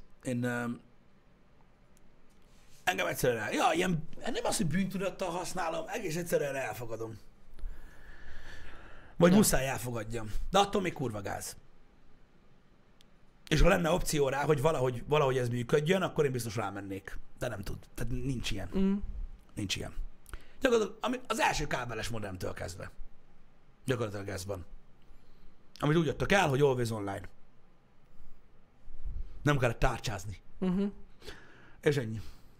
Engem egyszerűen nem az, hogy bűntudattal használom, egész egyszerűen elfogadom. Vagy muszáj elfogadjam. De attól még kurva gáz. És ha lenne opció rá, hogy valahogy ez működjön, akkor én biztos rámennék. De nem tud. Tehát nincs ilyen. Nincs ilyen. Gyakorlatilag az első kábeles modemtől kezdve. Gyakorlatilag ez van. Amit úgy adtak el, hogy always online. Nem kellett tárcsázni. És ennyi.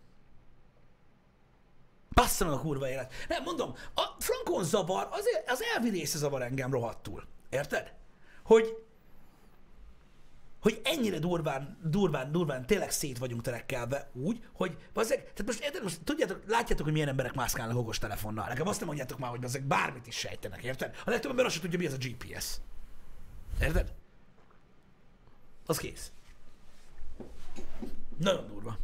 Bassza meg a kurva élet. Nem, mondom, a frankon zavar, az elvi része zavar engem rohadtul. Érted? Hogy ennyire durván tényleg szét vagyunk terekkelve úgy, hogy tehát most, érted, most tudjátok, látjátok, hogy milyen emberek mászkálnak okos telefonnal. Nekem azt nem mondjátok már, hogy ezek bármit is sejtenek, érted? A legtöbb ember azt sem tudja, mi az a GPS. Érted? Az kész. Nagyon durva.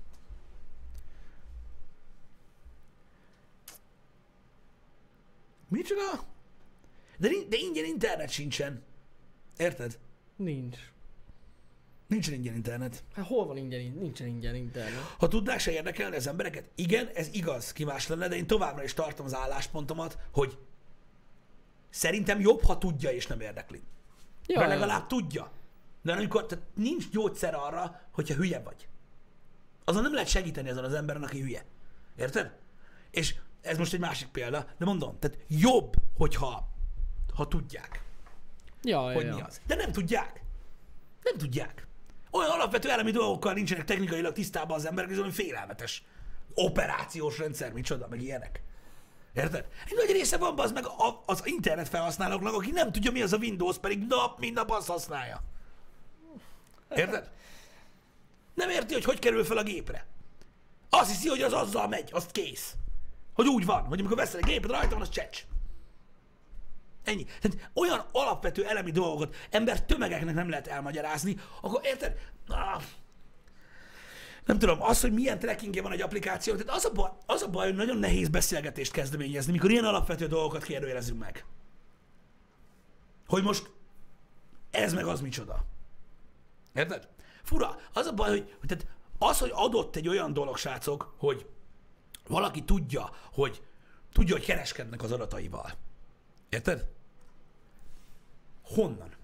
Micsoda? De ingyen internet sincsen. Érted? Nincs. Nincsen ingyen internet. Hát hol van nincsen ingyen internet? Ha tudnák se érdekelni az embereket, igen, ez igaz, ki más lenne, de én továbbra is tartom az álláspontomat, hogy szerintem jobb, ha tudja és nem érdekli. Mert legalább tudja. De amikor tehát nincs gyógyszer arra, hogyha hülye vagy. Azon nem lehet segíteni azon az emberen, aki hülye. Érted? És ez most egy másik példa, de mondom, tehát jobb, hogyha tudják, hogy mi az. De nem tudják. Nem tudják. Olyan alapvető elemi dolgokkal nincsenek technikailag tisztában az emberek, hogy félelmetes. Operációs rendszer, micsoda, meg ilyenek. Érted? Egy nagy része van az meg az internet felhasználóknak, aki nem tudja, mi az a Windows, pedig mint nap azt használja. Érted? Nem érti, hogy kerül fel a gépre. Azt hiszi, hogy az azzal megy, azt kész. Hogy úgy van, hogy amikor veszel egy gépet, rajta van, az csecs. Ennyi. Tehát olyan alapvető elemi dolgokat ember tömegeknek nem lehet elmagyarázni, akkor érted? nem tudom, az, hogy milyen trackingje van egy applikáció, tehát az a baj, hogy nagyon nehéz beszélgetést kezdeményezni, mikor ilyen alapvető dolgokat kérdőjelezünk meg. Hogy most ez meg az micsoda. Érted? Fura. Az a baj, hogy hogy adott egy olyan dolog, srácok, hogy valaki tudja, hogy kereskednek az adataival. Érted? Honnan?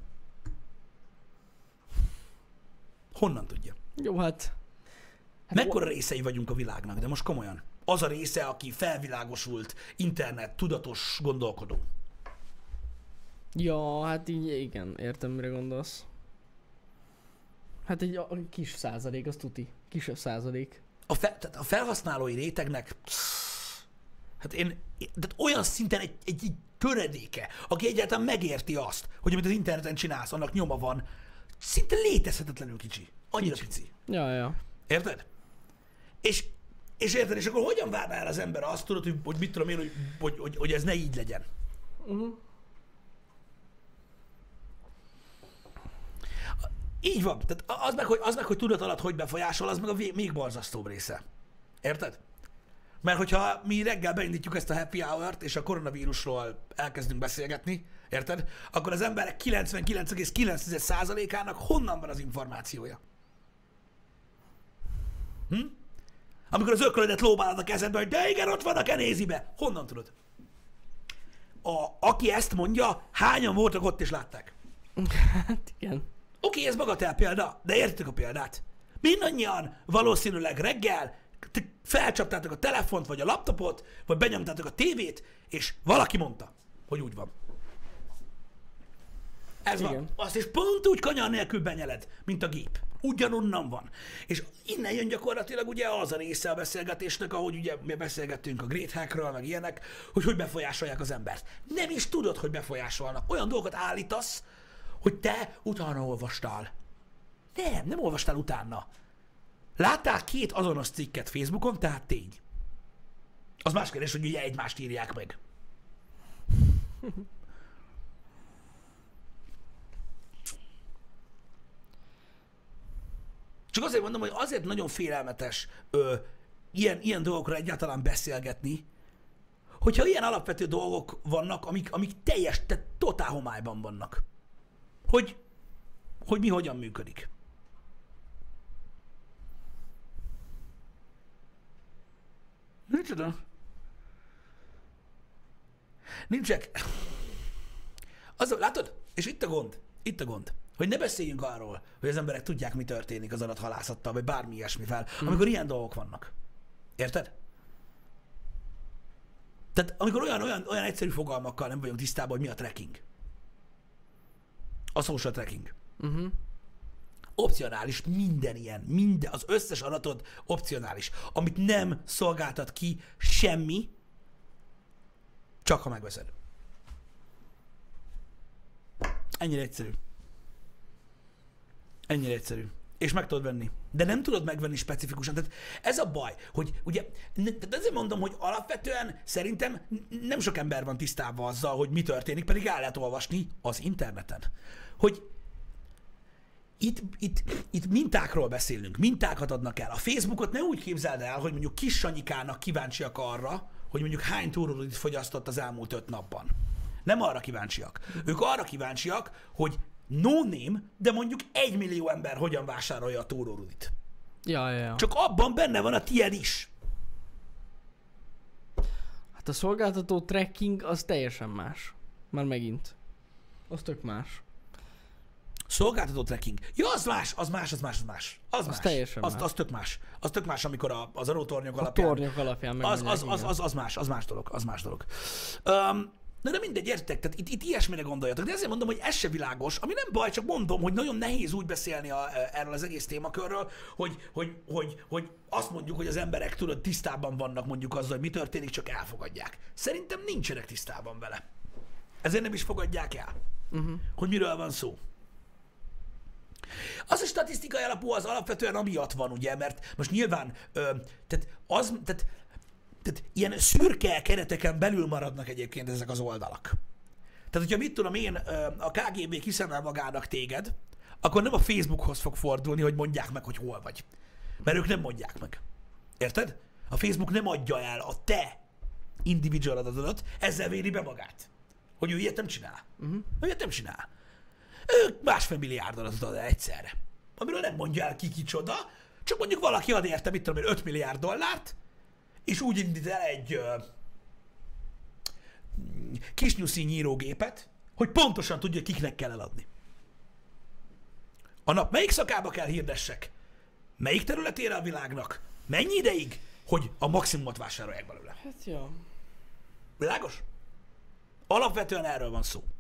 Honnan tudja? Jó, hát Mekkora részei vagyunk a világnak, de most komolyan. Az a része, aki felvilágosult, internet, tudatos gondolkodó. ja, hát így igen, értem, mire gondolsz. Hát egy kis százalék, az tuti. Kisebb százalék. Tehát a felhasználói rétegnek hát tehát olyan szinten egy töredéke, aki egyáltalán megérti azt, hogy amit az interneten csinálsz, annak nyoma van, szinte létezhetetlenül kicsi. Annyira pici. Ja. Érted? És érted, és akkor hogyan várná el az ember azt, tudod, hogy mit tudom én, hogy ez ne így legyen? Így van. Tehát az meg, hogy tudat alatt hogy befolyásol, az meg a még borzasztóbb része. Érted? Mert hogyha mi reggel beindítjuk ezt a happy hour-t, és a koronavírusról elkezdünk beszélgetni, érted? Akkor az emberek 99,9%-ának honnan van az információja? Amikor az öklödet lóbálod a kezedbe, hogy de igen, ott vannak, nézi be. Honnan tudod? Aki ezt mondja, hányan voltak ott és látták? Hát igen. Oké, ez bagatel példa, de értitek a példát. Mindannyian valószínűleg reggel felcsaptátok a telefont, vagy a laptopot, vagy benyomtátok a tévét, és valaki mondta, hogy úgy van. Ez igen. van. Azt is pont úgy kanyar nélkül benyeled, mint a gép. Ugyanonnan van. És innen jön gyakorlatilag ugye az a része a beszélgetésnek, ahogy ugye mi beszélgettünk a Great Hackről, meg ilyenek, hogy befolyásolják az embert. Nem is tudod, hogy befolyásolnak. Olyan dolgokat állítasz, hogy te utána olvastál. Nem olvastál utána. Láttál 2 azonos cikket Facebookon, tehát tény. Az más kérdés, hogy ugye egymást írják meg. Csak azért mondom, hogy azért nagyon félelmetes ilyen dolgokra egyáltalán beszélgetni, hogyha ilyen alapvető dolgok vannak, amik teljes, tehát totál homályban vannak. Hogy mi hogyan működik. Micsoda? Nincsek. Látod? És itt a gond, hogy ne beszéljünk arról, hogy az emberek tudják, mi történik az adathalászattal, vagy bármi ilyesmivel, amikor ilyen dolgok vannak. Érted? Tehát amikor olyan egyszerű fogalmakkal nem vagyunk tisztában, hogy mi a tracking. A social tracking. Opcionális minden ilyen, az összes adatod opcionális. Amit nem szolgáltat ki semmi, csak ha megveszed. Ennyire egyszerű. Ennyire egyszerű. És meg tudod venni. De nem tudod megvenni specifikusan. Tehát ez a baj, hogy ugye, tehát ezért mondom, hogy alapvetően szerintem nem sok ember van tisztában azzal, hogy mi történik, pedig el lehet olvasni az interneten. Hogy itt mintákról beszélünk, mintákat adnak el. A Facebookot ne úgy képzeld el, hogy mondjuk kis Sanyikának kíváncsiak arra, hogy mondjuk hány túrórudit fogyasztott az elmúlt 5 napban. Nem arra kíváncsiak. Ők arra kíváncsiak, hogy no name, de mondjuk 1 millió ember hogyan vásárolja a túrórudit. Ja. Csak abban benne van a tied is. Hát a szolgáltató tracking az teljesen más. Már megint. Az tök más. Szolgáltató tracking. Ja, az más. Az más. Teljesen más. Az tök más. Az tök más, amikor az adótornyok a alapján. tornyok alapján megmondják, az más dolog. De mindegy, értek, tehát itt ilyesmire gondoljatok. De ezért mondom, hogy ez se világos, ami nem baj, csak mondom, hogy nagyon nehéz úgy beszélni erről az egész témakörről, hogy azt mondjuk, hogy az emberek tudod, tisztában vannak mondjuk azzal, hogy mi történik, csak elfogadják. Szerintem nincsenek tisztában vele. Ezért nem is fogadják el, hogy miről van szó. Az a statisztikai alapú az alapvetően amiatt van, ugye, mert most nyilván, tehát ilyen szürke kereteken belül maradnak egyébként ezek az oldalak. Tehát, hogyha mit tudom én, a KGB kiszemel magának téged, akkor nem a Facebookhoz fog fordulni, hogy mondják meg, hogy hol vagy. Mert ők nem mondják meg. Érted? A Facebook nem adja el a te individual adatodat, ezzel védi be magát. Hogy ő ilyet nem csinál. Ilyet nem csinál. Ő 1,5 milliárd adatot ad el egyszerre. Amiről nem mondja el ki kicsoda, csak mondjuk valaki ad érte, mit tudom én, 5 milliárd dollárt, és úgy indít el egy kisnyuszi nyírógépet, hogy pontosan tudja, kiknek kell eladni. A nap melyik szakába kell hirdessek, melyik területére a világnak, mennyi ideig, hogy a maximumot vásárolják belőle. Hát ja. Világos? Alapvetően erről van szó.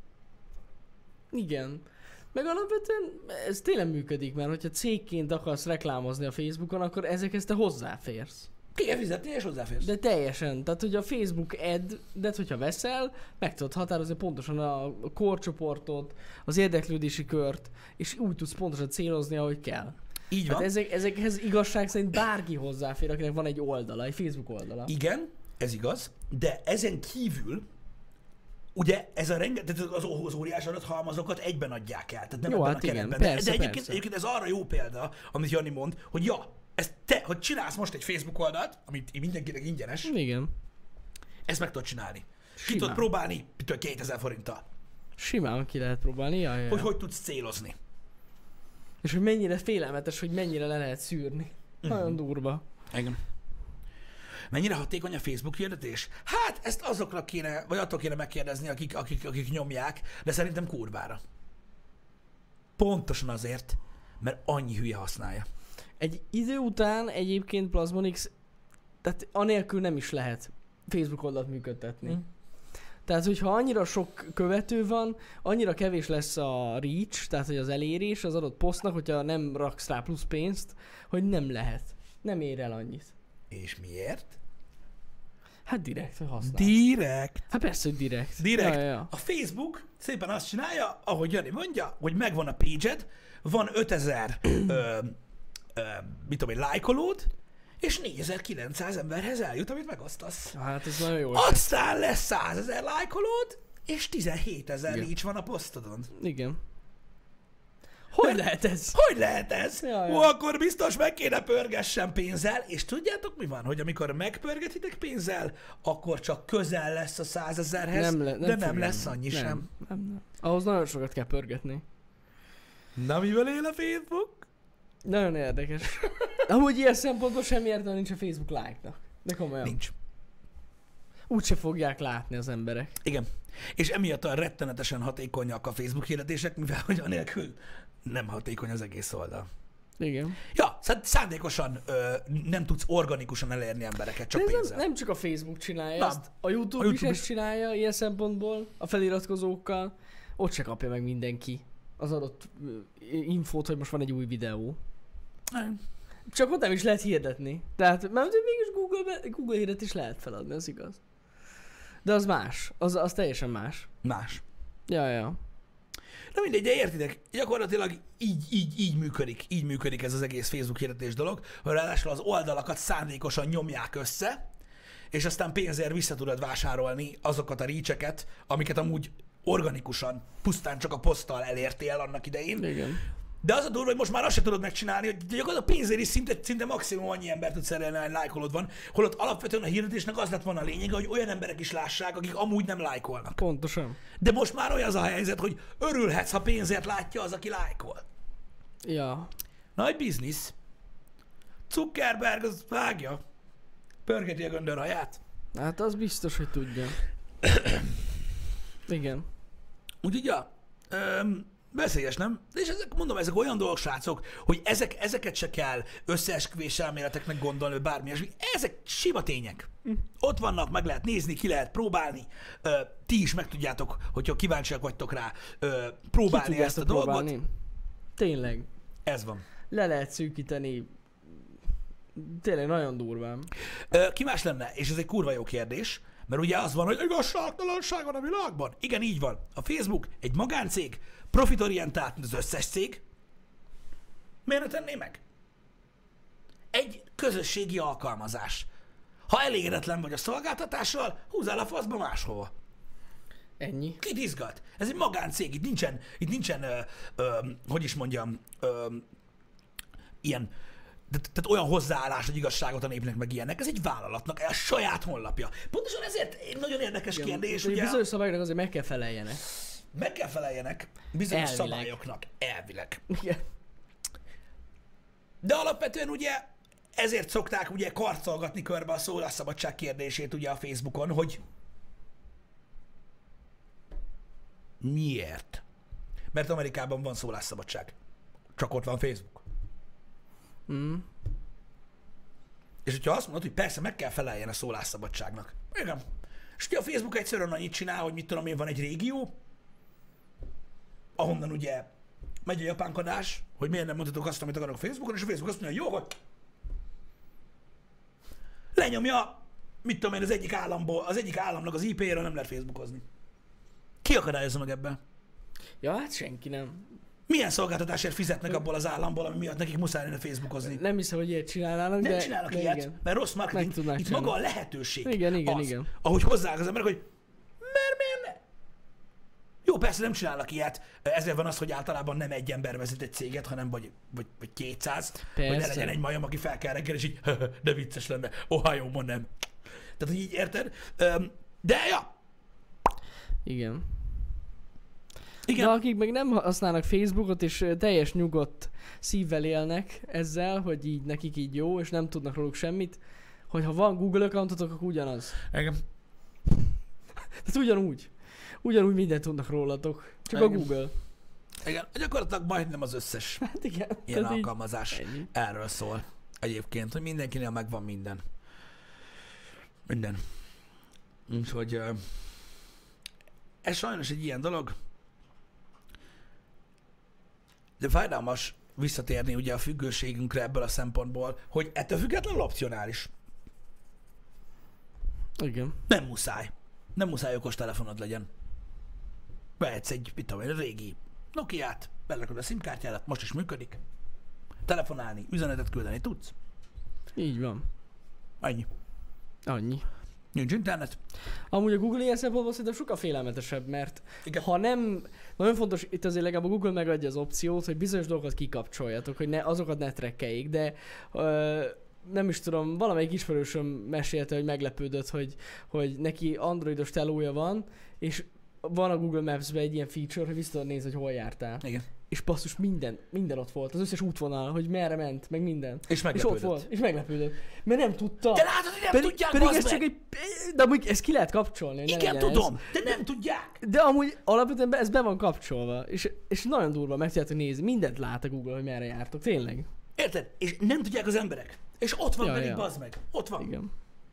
Igen. Meg alapvetően ez tényleg működik, mert hogyha cégként akarsz reklámozni a Facebookon, akkor ezekhez te hozzáférsz. Ki kell fizetni, és hozzáférsz. De teljesen. Tehát, hogy a Facebook ad-et, hogyha veszel, meg tudod határozni pontosan a korcsoportot, az érdeklődési kört, és úgy tudsz pontosan célozni, ahogy kell. Így van. Hát ezekhez igazság szerint bárki hozzáfér, akinek van egy oldala, egy Facebook oldala. Igen, ez igaz, de ezen kívül ugye ez a rengeteg, az óriás adathalmazokat egyben adják el, tehát nem jó, ebben hát a igen, keretben. persze, de persze. egyébként ez arra jó példa, amit Jani mond, hogy ja, ezt te, hogy csinálsz most egy Facebook oldalt, amit mindenkinek ingyenes, Igen. ezt meg tudod csinálni. Ki Simán. tudod próbálni, mit 2000 forinttal. Simán ki lehet próbálni, jaj. Hogy tudsz célozni. És hogy mennyire félelmetes, hogy mennyire le lehet szűrni. Nagyon durva. Igen. Mennyire hatékony a Facebook hirdetés? Hát ezt azoknak kéne, vagy attól kéne megkérdezni, akik nyomják, de szerintem kurvára. Pontosan azért, mert annyi hülye használja. Egy idő után egyébként Plasmonix, tehát anélkül nem is lehet Facebook oldalt működtetni. Tehát, hogyha annyira sok követő van, annyira kevés lesz a reach, tehát hogy az elérés az adott posztnak, hogyha nem raksz rá plusz pénzt, hogy nem lehet. Nem ér el annyit. És miért? Hát direkt, hogy használ. Direkt. Hát persze, hogy direkt. Direkt. Ja. A Facebook szépen azt csinálja, ahogy Jani mondja, hogy megvan a page-ed, van 5000 mit tudom én, lájkolód, és 4900 emberhez eljut, amit megosztasz. Hát ez nagyon jó. Aztán lesz 100 000 lájkolód, és 17 000 Igen. reach van a posztodon. Igen. Hogy lehet ez? Hogy lehet ez? Ja. Ó, akkor biztos meg kéne pörgessen pénzzel, és tudjátok mi van? Hogy amikor megpörgetitek pénzzel, akkor csak közel lesz a 100 000-hez, de nem lesz annyi sem. Nem. Ahhoz nagyon sokat kell pörgetni. Na, mivel él a Facebook? Nagyon érdekes. Amúgy ilyen szempontból semmi értelme nincs a Facebook like-nak. De komolyan. Nincs. Úgyse fogják látni az emberek. Igen. És emiatt a rettenetesen hatékonyak a Facebook hirdetések, mivel hogy anélkül nem hatékony az egész oldal. Igen. Ja, szándékosan nem tudsz organikusan elérni embereket, csak De ez pénzzel. nem csak a Facebook csinálja Nem. ezt. A YouTube, A is YouTube ezt csinálja ilyen szempontból, a feliratkozókkal. Ott se kapja meg mindenki az adott infót, hogy most van egy új videó. Nem. Csak ott nem is lehet hirdetni. Tehát, mert mégis Google hirdetés lehet feladni, az igaz. De az más. Az teljesen más. Más. Ja. Na mindegy, de értitek, gyakorlatilag így működik ez az egész Facebook hirdetés dolog, hogy ráadásul az oldalakat szándékosan nyomják össze, és aztán pénzért vissza tudod vásárolni azokat a reach-eket, amiket amúgy organikusan, pusztán csak a poszttal elértél annak idején. Igen. De az a durva, hogy most már azt sem tudod megcsinálni, hogy gyakorlatilag a pénzért is szinte maximum annyi embert tudsz elérni, hogy lájkolod van, holott alapvetően a hirdetésnek az lett volna a lényege, hogy olyan emberek is lássák, akik amúgy nem lájkolnak. Pontosan. De most már olyan az a helyzet, hogy örülhetsz, ha pénzért látja az, aki lájkol. Ja. Nagy biznisz. Zuckerberg az vágja. Pörgeti a göndörhaját. Hát az biztos, hogy tudja. Igen. Úgyhogy ja, veszélyes, nem? És ezek olyan dolgok, srácok, hogy ezeket se kell összeesküvés elméleteknek gondolni, vagy bármi ilyesmi. Ezek sima tények. Ott vannak, meg lehet nézni, ki lehet próbálni. Ti is meg tudjátok, hogyha kíváncsiak vagytok rá, próbálni Ki ezt a dolgot. próbálni? Tényleg. Ez van. Le lehet szűkíteni. Tényleg nagyon durván. Ki más lenne? És ez egy kurva jó kérdés, mert ugye az van, hogy igazságtalanság van a világban. Igen, így van. A Facebook egy magáncég, profitorientált, mint az összes cég. Miért ne tenné meg? Egy közösségi alkalmazás. Ha elégedetlen vagy a szolgáltatással, húzzál a faszba máshova. Ennyi. Kit izgat? Ez egy magáncég, itt nincsen hogy is mondjam, ilyen tehát olyan hozzáállás, hogy igazságot a népnek, meg ilyenek. Ez egy vállalatnak a saját honlapja. Pontosan ezért egy nagyon érdekes kérdés, ugye? Bizonyos szabályoknak azért meg kell feleljenek. Meg kell feleljenek bizonyos Elvileg. szabályoknak. Elvileg. Igen. De alapvetően ugye ezért szokták ugye karcolgatni körbe a szólásszabadság kérdését ugye a Facebookon, hogy miért? Mert Amerikában van szólásszabadság. Csak ott van Facebook. Mm. És hogyha azt mondod, hogy persze meg kell feleljen a szólásszabadságnak. Igen. És ugye a Facebook egyszerűen annyit csinál, hogy mit tudom én, van egy régió, ahonnan ugye megy a japánkodás, hogy miért nem mondhatok azt, amit akarok Facebookon, és a Facebook azt mondja, jó, hogy lenyomja, mit tudom én, az egyik államnak az IP-ről nem lehet Facebookozni. Ki akadályozza meg ebben? Ja, hát senki nem. Milyen szolgáltatásért fizetnek abból az államból, ami miatt nekik muszáj lenne Facebookozni? Nem hiszem, hogy ilyet csinálnának, Nem de... csinálnak de ilyet, igen. mert rossz marketing. tudnák Itt csinálni. maga a lehetőség Igen, az, igen. ahogy hozzák az emberek, hogy miért ne? Jó, persze nem csinálnak ilyet, ezért van az, hogy általában nem egy ember vezet egy céget, hanem vagy 200, hogy ne Persze. legyen egy majom, aki fel kell reggel, és így, de vicces lenne, Ohio-ban nem. Tehát, hogy így érted? De ja, Igen. igen. De akik meg nem használnak Facebookot, és teljes nyugodt szívvel élnek ezzel, hogy így nekik így jó, és nem tudnak róluk semmit, hogy ha van Google accountotok, akkor ugyanaz. Igen. Tehát ugyanúgy mindent tudnak rólatok. Csak Igen. a Google. Igen, gyakorlatilag majdnem az összes Hát igen. ilyen tehát így- alkalmazás ennyi. erről szól egyébként, hogy mindenkinél megvan minden. Minden. Úgyhogy ez sajnos egy ilyen dolog, de fájdalmas visszatérni ugye a függőségünkre ebből a szempontból, hogy ettől függetlenül opcionális. Igen. Nem muszáj. Nem muszáj okos telefonod legyen. Vehetsz egy, mit tudom én, régi Nokiát, berakod a SIM-kártyádat, most is működik. Telefonálni, üzenetet küldeni tudsz. Így van. Ennyi. Annyi. Nincs internet. Amúgy a Google ilyen szempontból szerintem sokkal félelmetesebb, mert Igen. ha nem, nagyon fontos, itt azért legalább a Google megadja az opciót, hogy bizonyos dolgokat kikapcsoljatok, hogy azokat ne trekkeljék, de nem is tudom, valamelyik ismerősöm mesélte, hogy meglepődött, hogy neki androidos telója van, és van a Google Maps-ben egy ilyen feature, hogy vissza tudod nézni, hogy hol jártál. Igen. És basszus, minden ott volt, az összes útvonal, hogy merre ment, meg minden. És És meglepődött. ott volt, és meglepődött. Mert nem tudta. De látod, hogy nem tudják, pedig bazd ez csak meg. egy... De amúgy ezt ki lehet kapcsolni, hogy ne Igen, legyen tudom, de nem tudják. ez. De amúgy alapvetően ez be van kapcsolva, és nagyon durva, meg tudjátok nézni, mindent lát a Google, hogy merre jártok, tényleg. Érted? És nem tudják az emberek. És ott van Ja, pedig, ja. bazd meg. Ott van. Igen.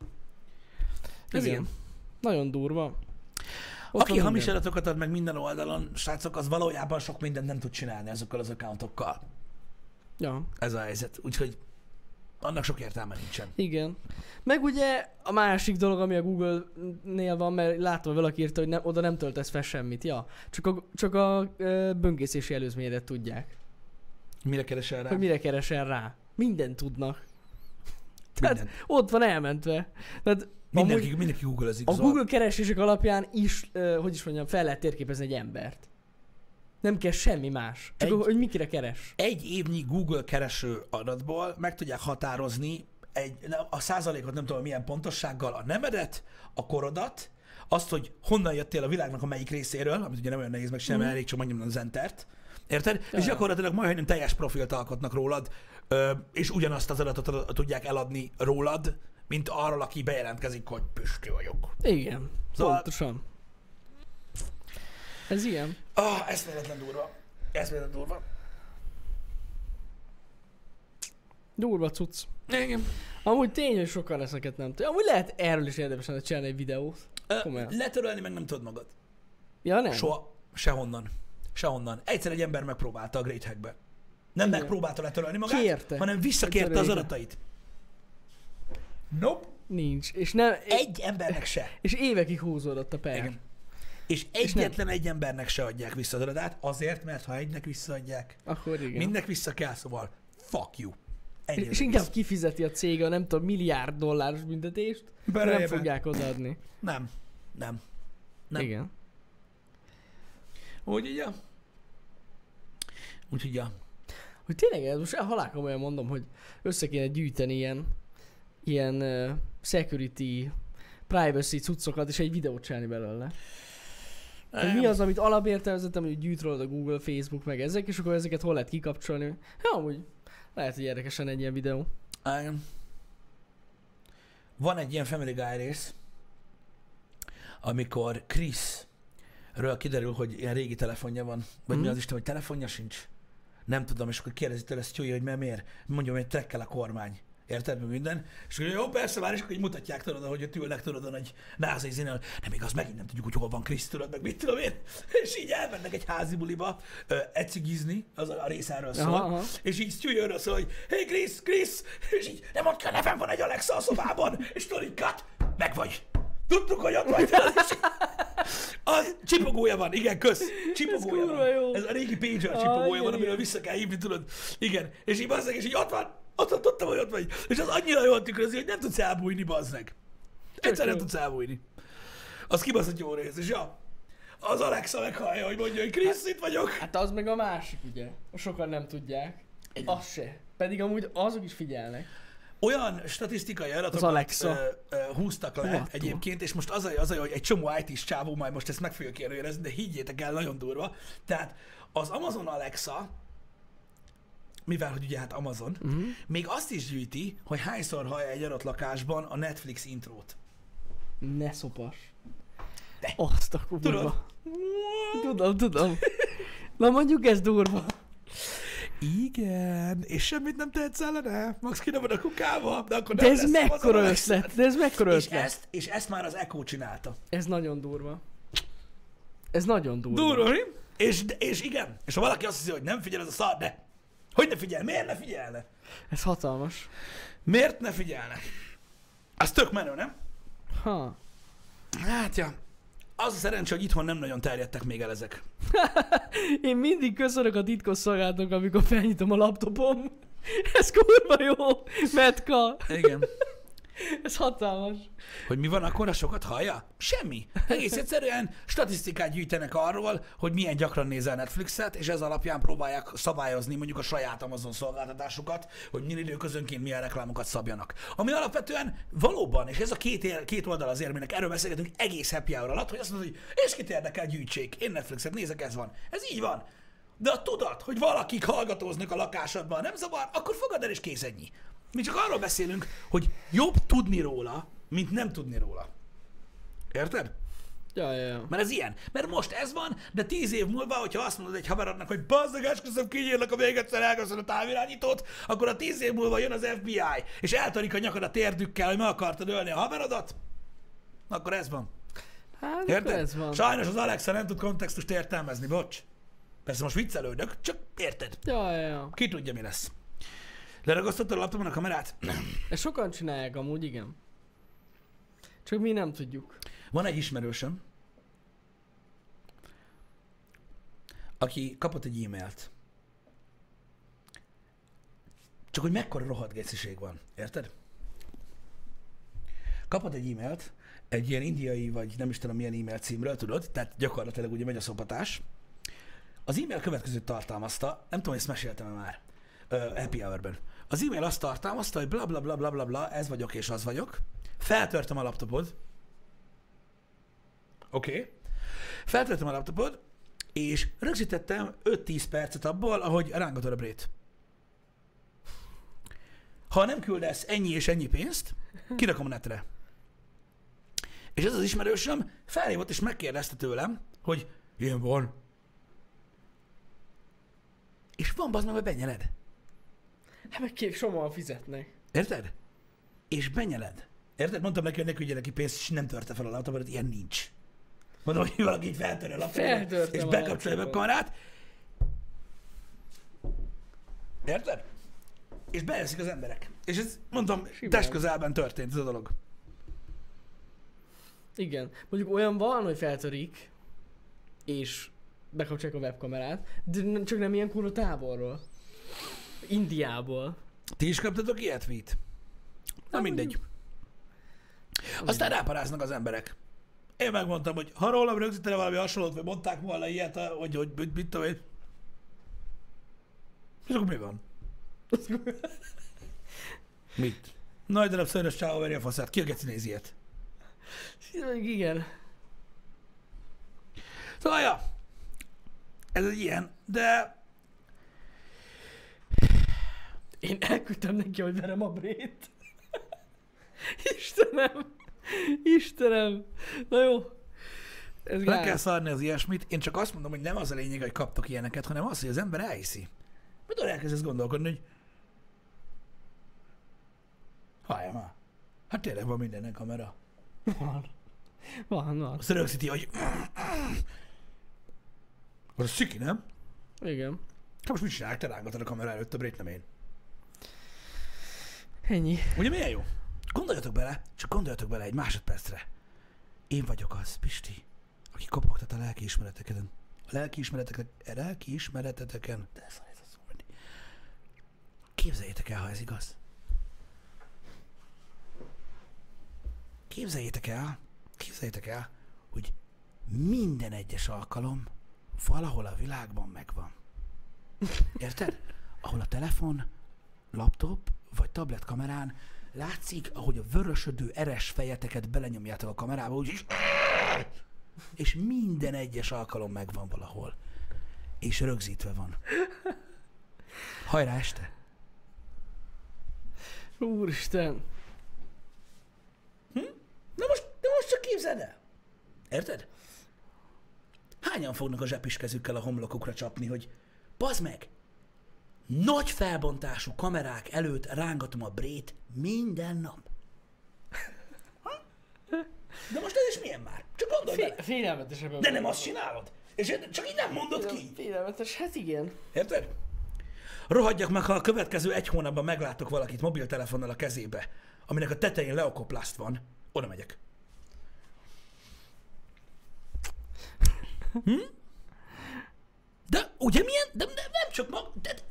Ez Igen. ilyen. Nagyon durva. Ott Aki van hamis minden. adatokat ad meg minden oldalon, srácok, az valójában sok mindent nem tud csinálni azokkal az accountokkal. Ja, Ez a helyzet. Úgyhogy annak sok értelme nincsen. igen. Meg ugye a másik dolog, ami a Google-nél van, mert látom, hogy valaki írta, hogy oda nem töltesz fel semmit. Ja, csak a böngészési előzményedet tudják. Mire keresel rá? Hogy mire keresel rá. Mindent tudnak. Tehát Mindent. ott van elmentve. Tehát Mindenki googlezik. a szóval Google keresések alapján is, hogy is mondjam, fel lehet térképezni egy embert. Nem kell semmi más. Csak hogy mikire keres. egy évnyi Google kereső adatból meg tudják határozni a százalékot, nem tudom milyen pontossággal, a nemedet, a korodat, azt, hogy honnan jöttél a világnak a melyik részéről, amit ugye nem olyan nehéz megcsinálni, mert elég csak mondjam az Entert. Érted? És gyakorlatilag majdnem teljes profilt alkotnak rólad, és ugyanazt az adatot tudják eladni rólad, mint arról, aki bejelentkezik, hogy püstő vagyok. Igen, Szóval- pontosan. Ez ilyen. Eszméletlen durva. Eszméletlen durva. Durva cucc. Igen. Amúgy tény, hogy sokan ezeket nem tudja. Amúgy lehet erről is érdemes lenne csinálni egy videót. Komolyan. Letörölni meg nem tudod magad. Ja, nem? Soha. Sehonnan. Sehonnan. Egyszer egy ember megpróbálta a Great Hackbe. Nem Igen. megpróbálta letörölni magát, Kérte. hanem visszakérte az Letöröljék. adatait. Nope. Nincs. És, nem, Egy embernek se. és évekig húzódott a per. Igen. És egyetlen egy embernek se adják vissza az adatát, azért, mert ha egynek visszaadják, Akkor igen. mindnek vissza kell, szóval fuck you. Ennyi És az inkább egész. kifizeti a cég a nem tudom, milliárd dolláros büntetést, Berejebe. nem fogják odaadni. Nem. Nem. Igen. Úgyhogy ja. Úgyhogy ja. Hogy tényleg, ez most halálkomolyan mondom, hogy össze kéne gyűjteni ilyen security, privacy cuccokat, és egy videót csinálni belőle. Hogy mi az, amit alapértelmezettem, hogy gyűjt rólad a Google, Facebook, meg ezek, és akkor ezeket hol lehet kikapcsolni. Ja, amúgy lehet, hogy érdekesen egy ilyen videó. Igen. Van egy ilyen Family Guy rész, amikor Chrisről kiderül, hogy ilyen régi telefonja van, vagy mi az Isten, hogy telefonja sincs. Nem tudom, és akkor kérdezi tőle Stewie, hogy miért? Mondja, hogy trekkel a kormány. Érted, meg minden? És akkor jó, persze már, és akkor így mutatják, tudod, hogy ott ülnek, tudod, egy názai zénel, nem igaz, megint nem tudjuk, hogy hol van Chris, tudod, meg mit tudom én. És így elmennek egy házi buliba ecigizni, az a rész erről szól. Aha. És így Stewie arról szól, hogy hey Chris, és így nem mondd ki a nevem, van egy Alexa a szobában, és tudod, cut, meg vagy. Tudtuk, hogy ott vagy. A csipogója van, igen, csipogója van. Jó. Ez a régi pager csipogója van, amiről vissza kell hívni, tudod. Igen, és így bazzeg, és így ott van. Tudtam, hogy ott vagy. És az annyira jól tükrözi, hogy nem tudsz elbújni, bazzeg. Egyszer nem tudsz elbújni. Az kibaszott jó rész, és ja. Az Alexa meghallja, hogy mondja, hogy Chris, itt vagyok. Hát az meg a másik, ugye. Sokan nem tudják. Igen. Az se. Pedig amúgy azok is figyelnek. Olyan statisztikai adatokat húztak le egyébként, és most az a, hogy egy csomó IT-s csávó majd most ezt meg fogja kérdezni, de higgyétek el, nagyon durva. Tehát az Amazon Alexa, mivel hogy ugye hát Amazon, még azt is gyűjti, hogy hányszor hallja egy adott lakásban a Netflix intrót. Ne szopas. De. Azt a kurva. Tudom. Na mondjuk ez durva. Igen, és semmit nem tehetsz ellene? Max kinabad a kukába, de akkor nem lesz mekkora ötlet. És ezt már az Echo csinálta. Ez nagyon durva. Ez nagyon durva. Durva, mi? És igen. És ha valaki azt hiszi, hogy nem figyel ez a szar, de hogy ne figyel? Miért ne figyelne? Ez hatalmas. Miért ne figyelne? Az tök menő, nem? Ha. Hát ja. Az a szerencsé, hogy itthon nem nagyon terjedtek még el ezek. Én mindig köszönök a titkos szolgálatnak, amikor felnyitom a laptopom. Ez kurva jó, Metka. Igen. Ez hatalmas. Hogy mi van akkor, ha sokat hallja? Semmi. Egész egyszerűen statisztikát gyűjtenek arról, hogy milyen gyakran nézel Netflixet, és ez alapján próbálják szabályozni mondjuk a saját Amazon szolgáltatásukat, hogy milyen időközönként milyen reklámokat szabjanak. Ami alapvetően valóban, és ez a két oldal az érmének, erről beszélgetünk egész happy hour alatt, hogy azt mondod, hogy és kit érdekel, gyűjtsék. Én Netflixet nézek, ez van. Ez így van. De ha tudod, hogy valakik hallgatóznak a lakásodban, nem zavar, akkor fogad el és kész, ennyi. Mi csak arról beszélünk, hogy jobb tudni róla, mint nem tudni róla. Érted? Ja. Mert ez ilyen. Mert most ez van, de 10 év múlva, hogyha azt mondod egy haverodnak, hogy bazzag, esküszöm, kinyírlak, ha még egyszer elköszön a távirányítót, akkor a 10 év múlva jön az FBI, és eltörik a nyakad a térdükkel, hogy meg akartad ölni a haverodat, akkor ez van. Hát, érted? Ez van. Sajnos az Alexa nem tud kontextust értelmezni, bocs. Persze most viccelődök, csak érted? Ja. Ki tudja, mi lesz. Leragasztottad a laptopon a kamerát? Ezt sokan csinálják amúgy, igen. Csak mi nem tudjuk. Van egy ismerősöm, aki kapott egy e-mailt. Csak hogy mekkora rohadt geciség van, érted? Kapott egy e-mailt, egy ilyen indiai, vagy nem is tudom milyen e-mail címről, tudod? Tehát gyakorlatilag ugye megy a szopatás. Az e-mail következőt tartalmazta, nem tudom, hogy ezt meséltem már Happy Hour-ben. Az e-mail azt tartalmazta, hogy bla bla bla bla bla bla, ez vagyok és az vagyok. Feltörtem a laptopod. Oké. Feltörtem a laptopod, és rögzítettem 5-10 percet abból, ahogy rángatod a brét. Ha nem küldesz ennyi és ennyi pénzt, kirakom a netre. És ez az ismerősöm felhívott és megkérdezte tőlem, hogy ilyen van. És van, bazd meg, hogy benyeled. Hát meg somóan fizetnek. Érted? És benyeled. Érted? Mondtam neki, hogy ne küldje neki pénzt, és nem törte fel a laptopot, ilyen nincs. Mondom, hogy valaki így feltörje a laptopot, és bekapcsolja a kamerát. Érted? És beeszik az emberek. És ez, mondom, test közelben történt ez a dolog. Igen. Mondjuk olyan van, hogy feltörik, és bekapcsolják a webkamerát, de csak nem ilyen kurva távolról. Indiából. Ti is kaptatok ilyet, mit? Na mindegy. Aztán ráparáznak az emberek. Én megmondtam, hogy ha rólam rögzítene valami hasonlót, vagy mondták volna ilyet, hogy mit tudom én. És akkor mi van? Mit? Nagy darab szörnyös csávó veri a faszát. Ki a geci néz ilyet? Igen. Szóval, ja. Ez egy ilyen, de... Én elküldtem neki, hogy verem a brét. Istenem. Na jó. Ez Le kell szarni az ilyesmit. Én csak azt mondom, hogy nem az a lényeg, hogy kaptok ilyeneket, hanem az, hogy az ember elhiszi. Mikor elkezdesz gondolkodni, hogy hallja már. Hát tényleg van mindennek kamera. Van. Azt rögzíti, hogy az sziki, nem? Igen. Hát most mit csinálják? Te rángatod a kamera előtt, a brét nem én. Ennyi. Ugye milyen jó? Gondoljatok bele, csak gondoljatok bele egy másodpercre. Én vagyok az, Pisti, aki kopogtat a lelkiismereteteken. Lelkiismereteteken. De ez az szó menni. Képzeljétek el, ha ez igaz. Képzeljétek el, hogy minden egyes alkalom valahol a világban megvan. Érted? Ahol a telefon, laptop vagy tablet kamerán látszik, ahogy a vörösödő, eres fejeteket belenyomjátok a kamerába, úgyis... És minden egyes alkalom megvan valahol. És rögzítve van. Hajrá este! Úristen. De most csak képzeld el. Érted? Hányan fognak a zsepiskezükkel a homlokukra csapni, hogy bazd meg, nagy felbontású kamerák előtt rángatom a brét minden nap. De most ez is milyen már? Csak gondolj bele. Félelmetesebb. De nem azt csinálod. És csak így nem mondod ki. Félelmetes, hát igen. Érted? Rohadjak meg, ha a következő egy hónapban meglátok valakit mobiltelefonnal a kezébe, aminek a tetején leokoplaszt van, oda megyek. De ugye milyen? De nem csak mag...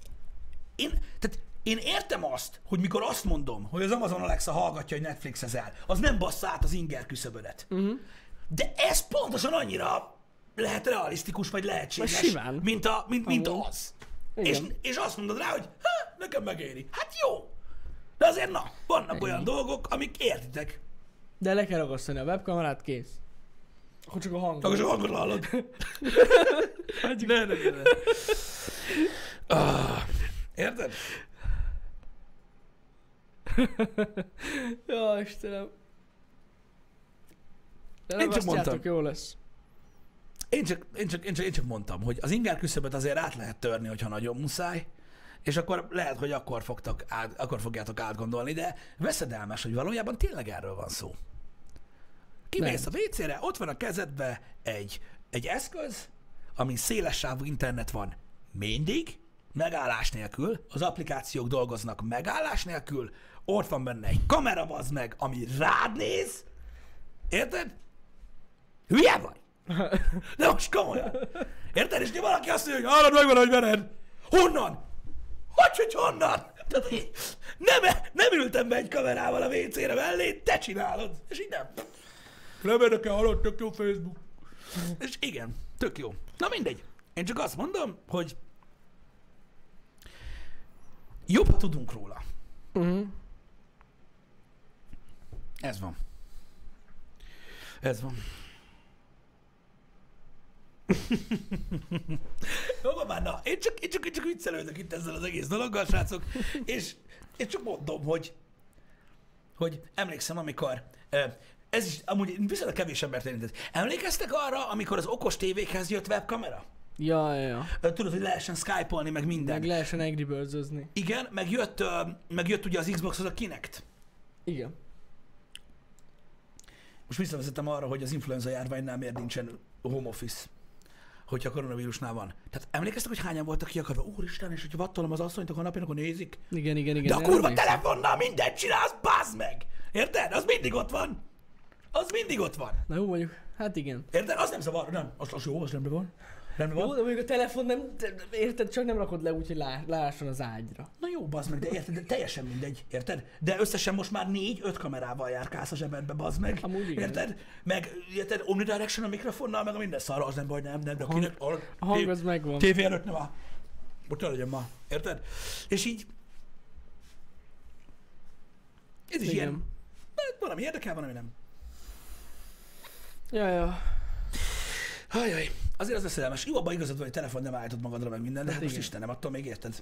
Én értem azt, hogy mikor azt mondom, hogy az Amazon Alexa hallgatja, hogy Netflixezel, az nem bassza át az inger küszöbödet. De ez pontosan annyira lehet realisztikus, vagy lehetséges, mint az. És azt mondod rá, hogy nekem megéri. Hát jó. De azért na, vannak olyan dolgok, amik értitek. De le kell ragasztani a webkamerát, kész. Akkor csak a hangot. Akkor csak a hangot hallod. Ne. Érted? Jó, Istenem. De Én csak mondtam. jó lesz. Én csak mondtam, hogy az inger küszöböt azért át lehet törni, hogyha nagyon muszáj, és akkor lehet, hogy akkor fogjátok átgondolni, de veszedelmes, hogy valójában tényleg erről van szó. Kimész a WC-re, ott van a kezedbe egy eszköz, amin szélessávú internet van mindig, megállás nélkül, az applikációk dolgoznak megállás nélkül, ott van benne egy kamera, bazd meg, ami rád néz. Érted? Hülye vagy? De most komolyan. Érted? És valaki azt mondja, hogy hallod, megvan, hogy vered. Honnan? Hogy honnan? Tehát, nem ültem be egy kamerával a WC-re mellé, te csinálod. És így nem. Nem érdekel, hallod, tök jó Facebook. És igen, tök jó. Na mindegy. Én csak azt mondom, hogy jobb, ha tudunk róla. Ez van. Jó, már na, én csak viccelődök itt ezzel az egész dologgal, srácok, és csak mondom, hogy emlékszem, amikor, ez is amúgy viszonylag kevés embert érintett. Emlékeztek arra, amikor az okos tévékhez jött webkamera? Ja. Tudod, hogy lehessen Skype-olni, meg minden. Meg lehessen Angry Birds-özni. Igen, meg jött ugye az Xboxhoz a Kinect. Igen. Most visszavezettem arra, hogy az influenza járványnál miért nincsen home office, hogyha koronavírusnál van. Tehát emlékeztek, hogy hányan voltak kiakadva? Úristen, és hogyha vattolom az asszonyt, akkor napján, akkor nézik. Igen. De a kurva telefonnal mindent csinálsz, bazd meg! Érted? Az mindig ott van. Na jó, mondjuk, hát igen. Érted? Az nem zavar, nem. Az jó, az rendben van. Jó, de mondjuk a telefon nem, érted, csak nem rakod le úgy, hogy lásson az ágyra. Na jó, bazd meg, de érted, de teljesen mindegy, érted? De összesen most már 4-5 kamerával járkálsz a zsebedbe, bazd meg. Amúgy igen. Érted? Meg, érted, omnidirection a mikrofonnal, meg a minden szarra, az nem baj, nem, de a hang az megvan. Tévé előtt nem áll. Hogy ne legyen ma. Érted? És így... Ez is Igen. ilyen... Valami érdekel, valami nem. Ja. Ajaj. Azért az veszedelmes. Jó, abban igazad van, hogy telefon nem állítod magadra meg minden, de hát most igen. Istenem, attól még érted.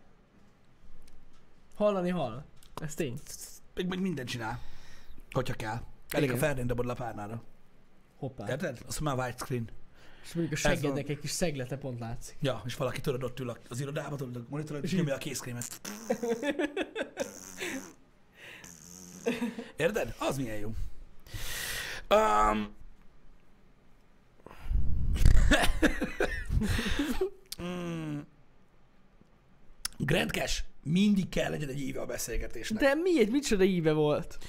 Hallani hall. Ez tény. Még mindent csinál. Hogyha kell. Elég a Igen. felrendabod a párnára. Hoppá. Érted? Azt már widescreen. És mondjuk a seggednek egy kis szeglete pont látszik. Ja, és valaki tudod ott ül az irodába, tudod a monitoron, és nyomja a kézkrémet. Érted? Az milyen jó. Grand Cash, mindig kell legyen egy íve a beszélgetésnek. De miért? Micsoda íve volt?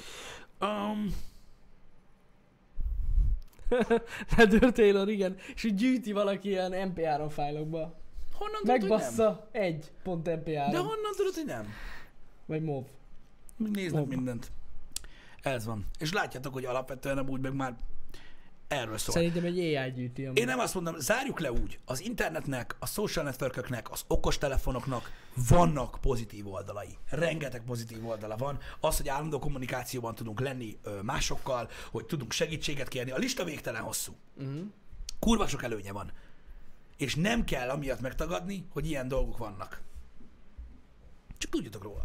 Redőr Taylor, igen. És így gyűjti valaki ilyen MP3 fájlokba. Honnan tudod, hogy nem? Megbassza egy pont MP3. De honnan tudod, hogy nem? Vagy MOV. Néznek Hoppa. mindent. Ez van. És látjátok, hogy alapvetően amúgy meg már erről szól. Szerintem egy AI gyűjti. Amúgy. Én nem azt mondom, zárjuk le úgy, az internetnek, a social networköknek, az okostelefonoknak vannak pozitív oldalai. Rengeteg pozitív oldala van. Az, hogy állandó kommunikációban tudunk lenni másokkal, hogy tudunk segítséget kérni. A lista végtelen hosszú. Kurva sok előnye van. És nem kell amiatt megtagadni, hogy ilyen dolgok vannak. Csak tudjatok róla.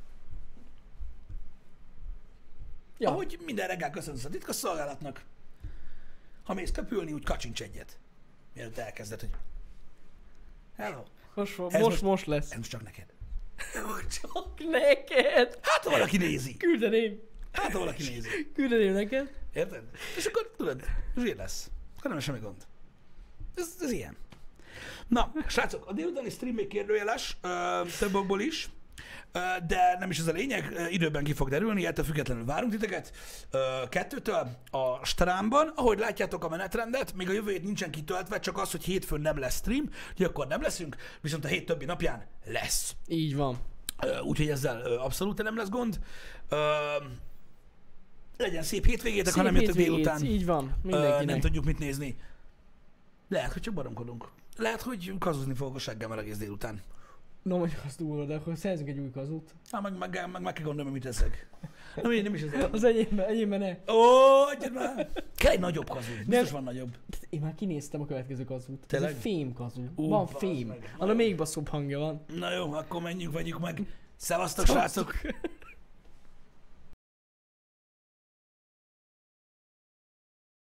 Ja. Ahogy minden reggel köszönsz a titkosszolgálatnak, ha mész köpülni, úgy kacsincs egyet. Mielőtt elkezded, hogy hello. Most lesz. Ez most csak neked. Csak neked. Hát, ha valaki nézi. Küldeném. Hát, ha valaki nézi. Küldeném neked. Érted? És akkor tudod, zsír lesz. Akkor nem semmi gond. Ez ilyen. Na, srácok, a délutáni stream még kérdőjeles, több okból is, de nem is ez a lényeg, időben ki fog derülni, ettől függetlenül várunk titeket. 2-től a Strámban, ahogy látjátok a menetrendet, még a jövő hét nincsen kitöltve, csak az, hogy hétfőn nem lesz stream, úgyhogy akkor nem leszünk, viszont a hét többi napján lesz. Így van. Úgyhogy ezzel abszolút nem lesz gond. Legyen szép hétvégétek, ha Szép nem jöttök hétvégét. délután. Így van. Mindenkinek. Nem tudjuk mit nézni. Lehet, hogy csak baromkodunk. Lehet, hogy kazuzni fogok a seggemmel egész délután. No, mondjuk azt túl, de akkor szerzünk egy új kazút. Meg kell gondolni, mit eszek. Nem is ez. Az enyémben ne. Ó, adjad már! Kell egy nagyobb kazú. Biztos van nagyobb. Én már kinéztem a következő kazút. Tényleg? Ez egy fém kazú. Ó, Van bazd fém. meg. Annak még basszobb hangja van. Na jó, akkor menjünk, vegyük meg. Szevasztok, srácok!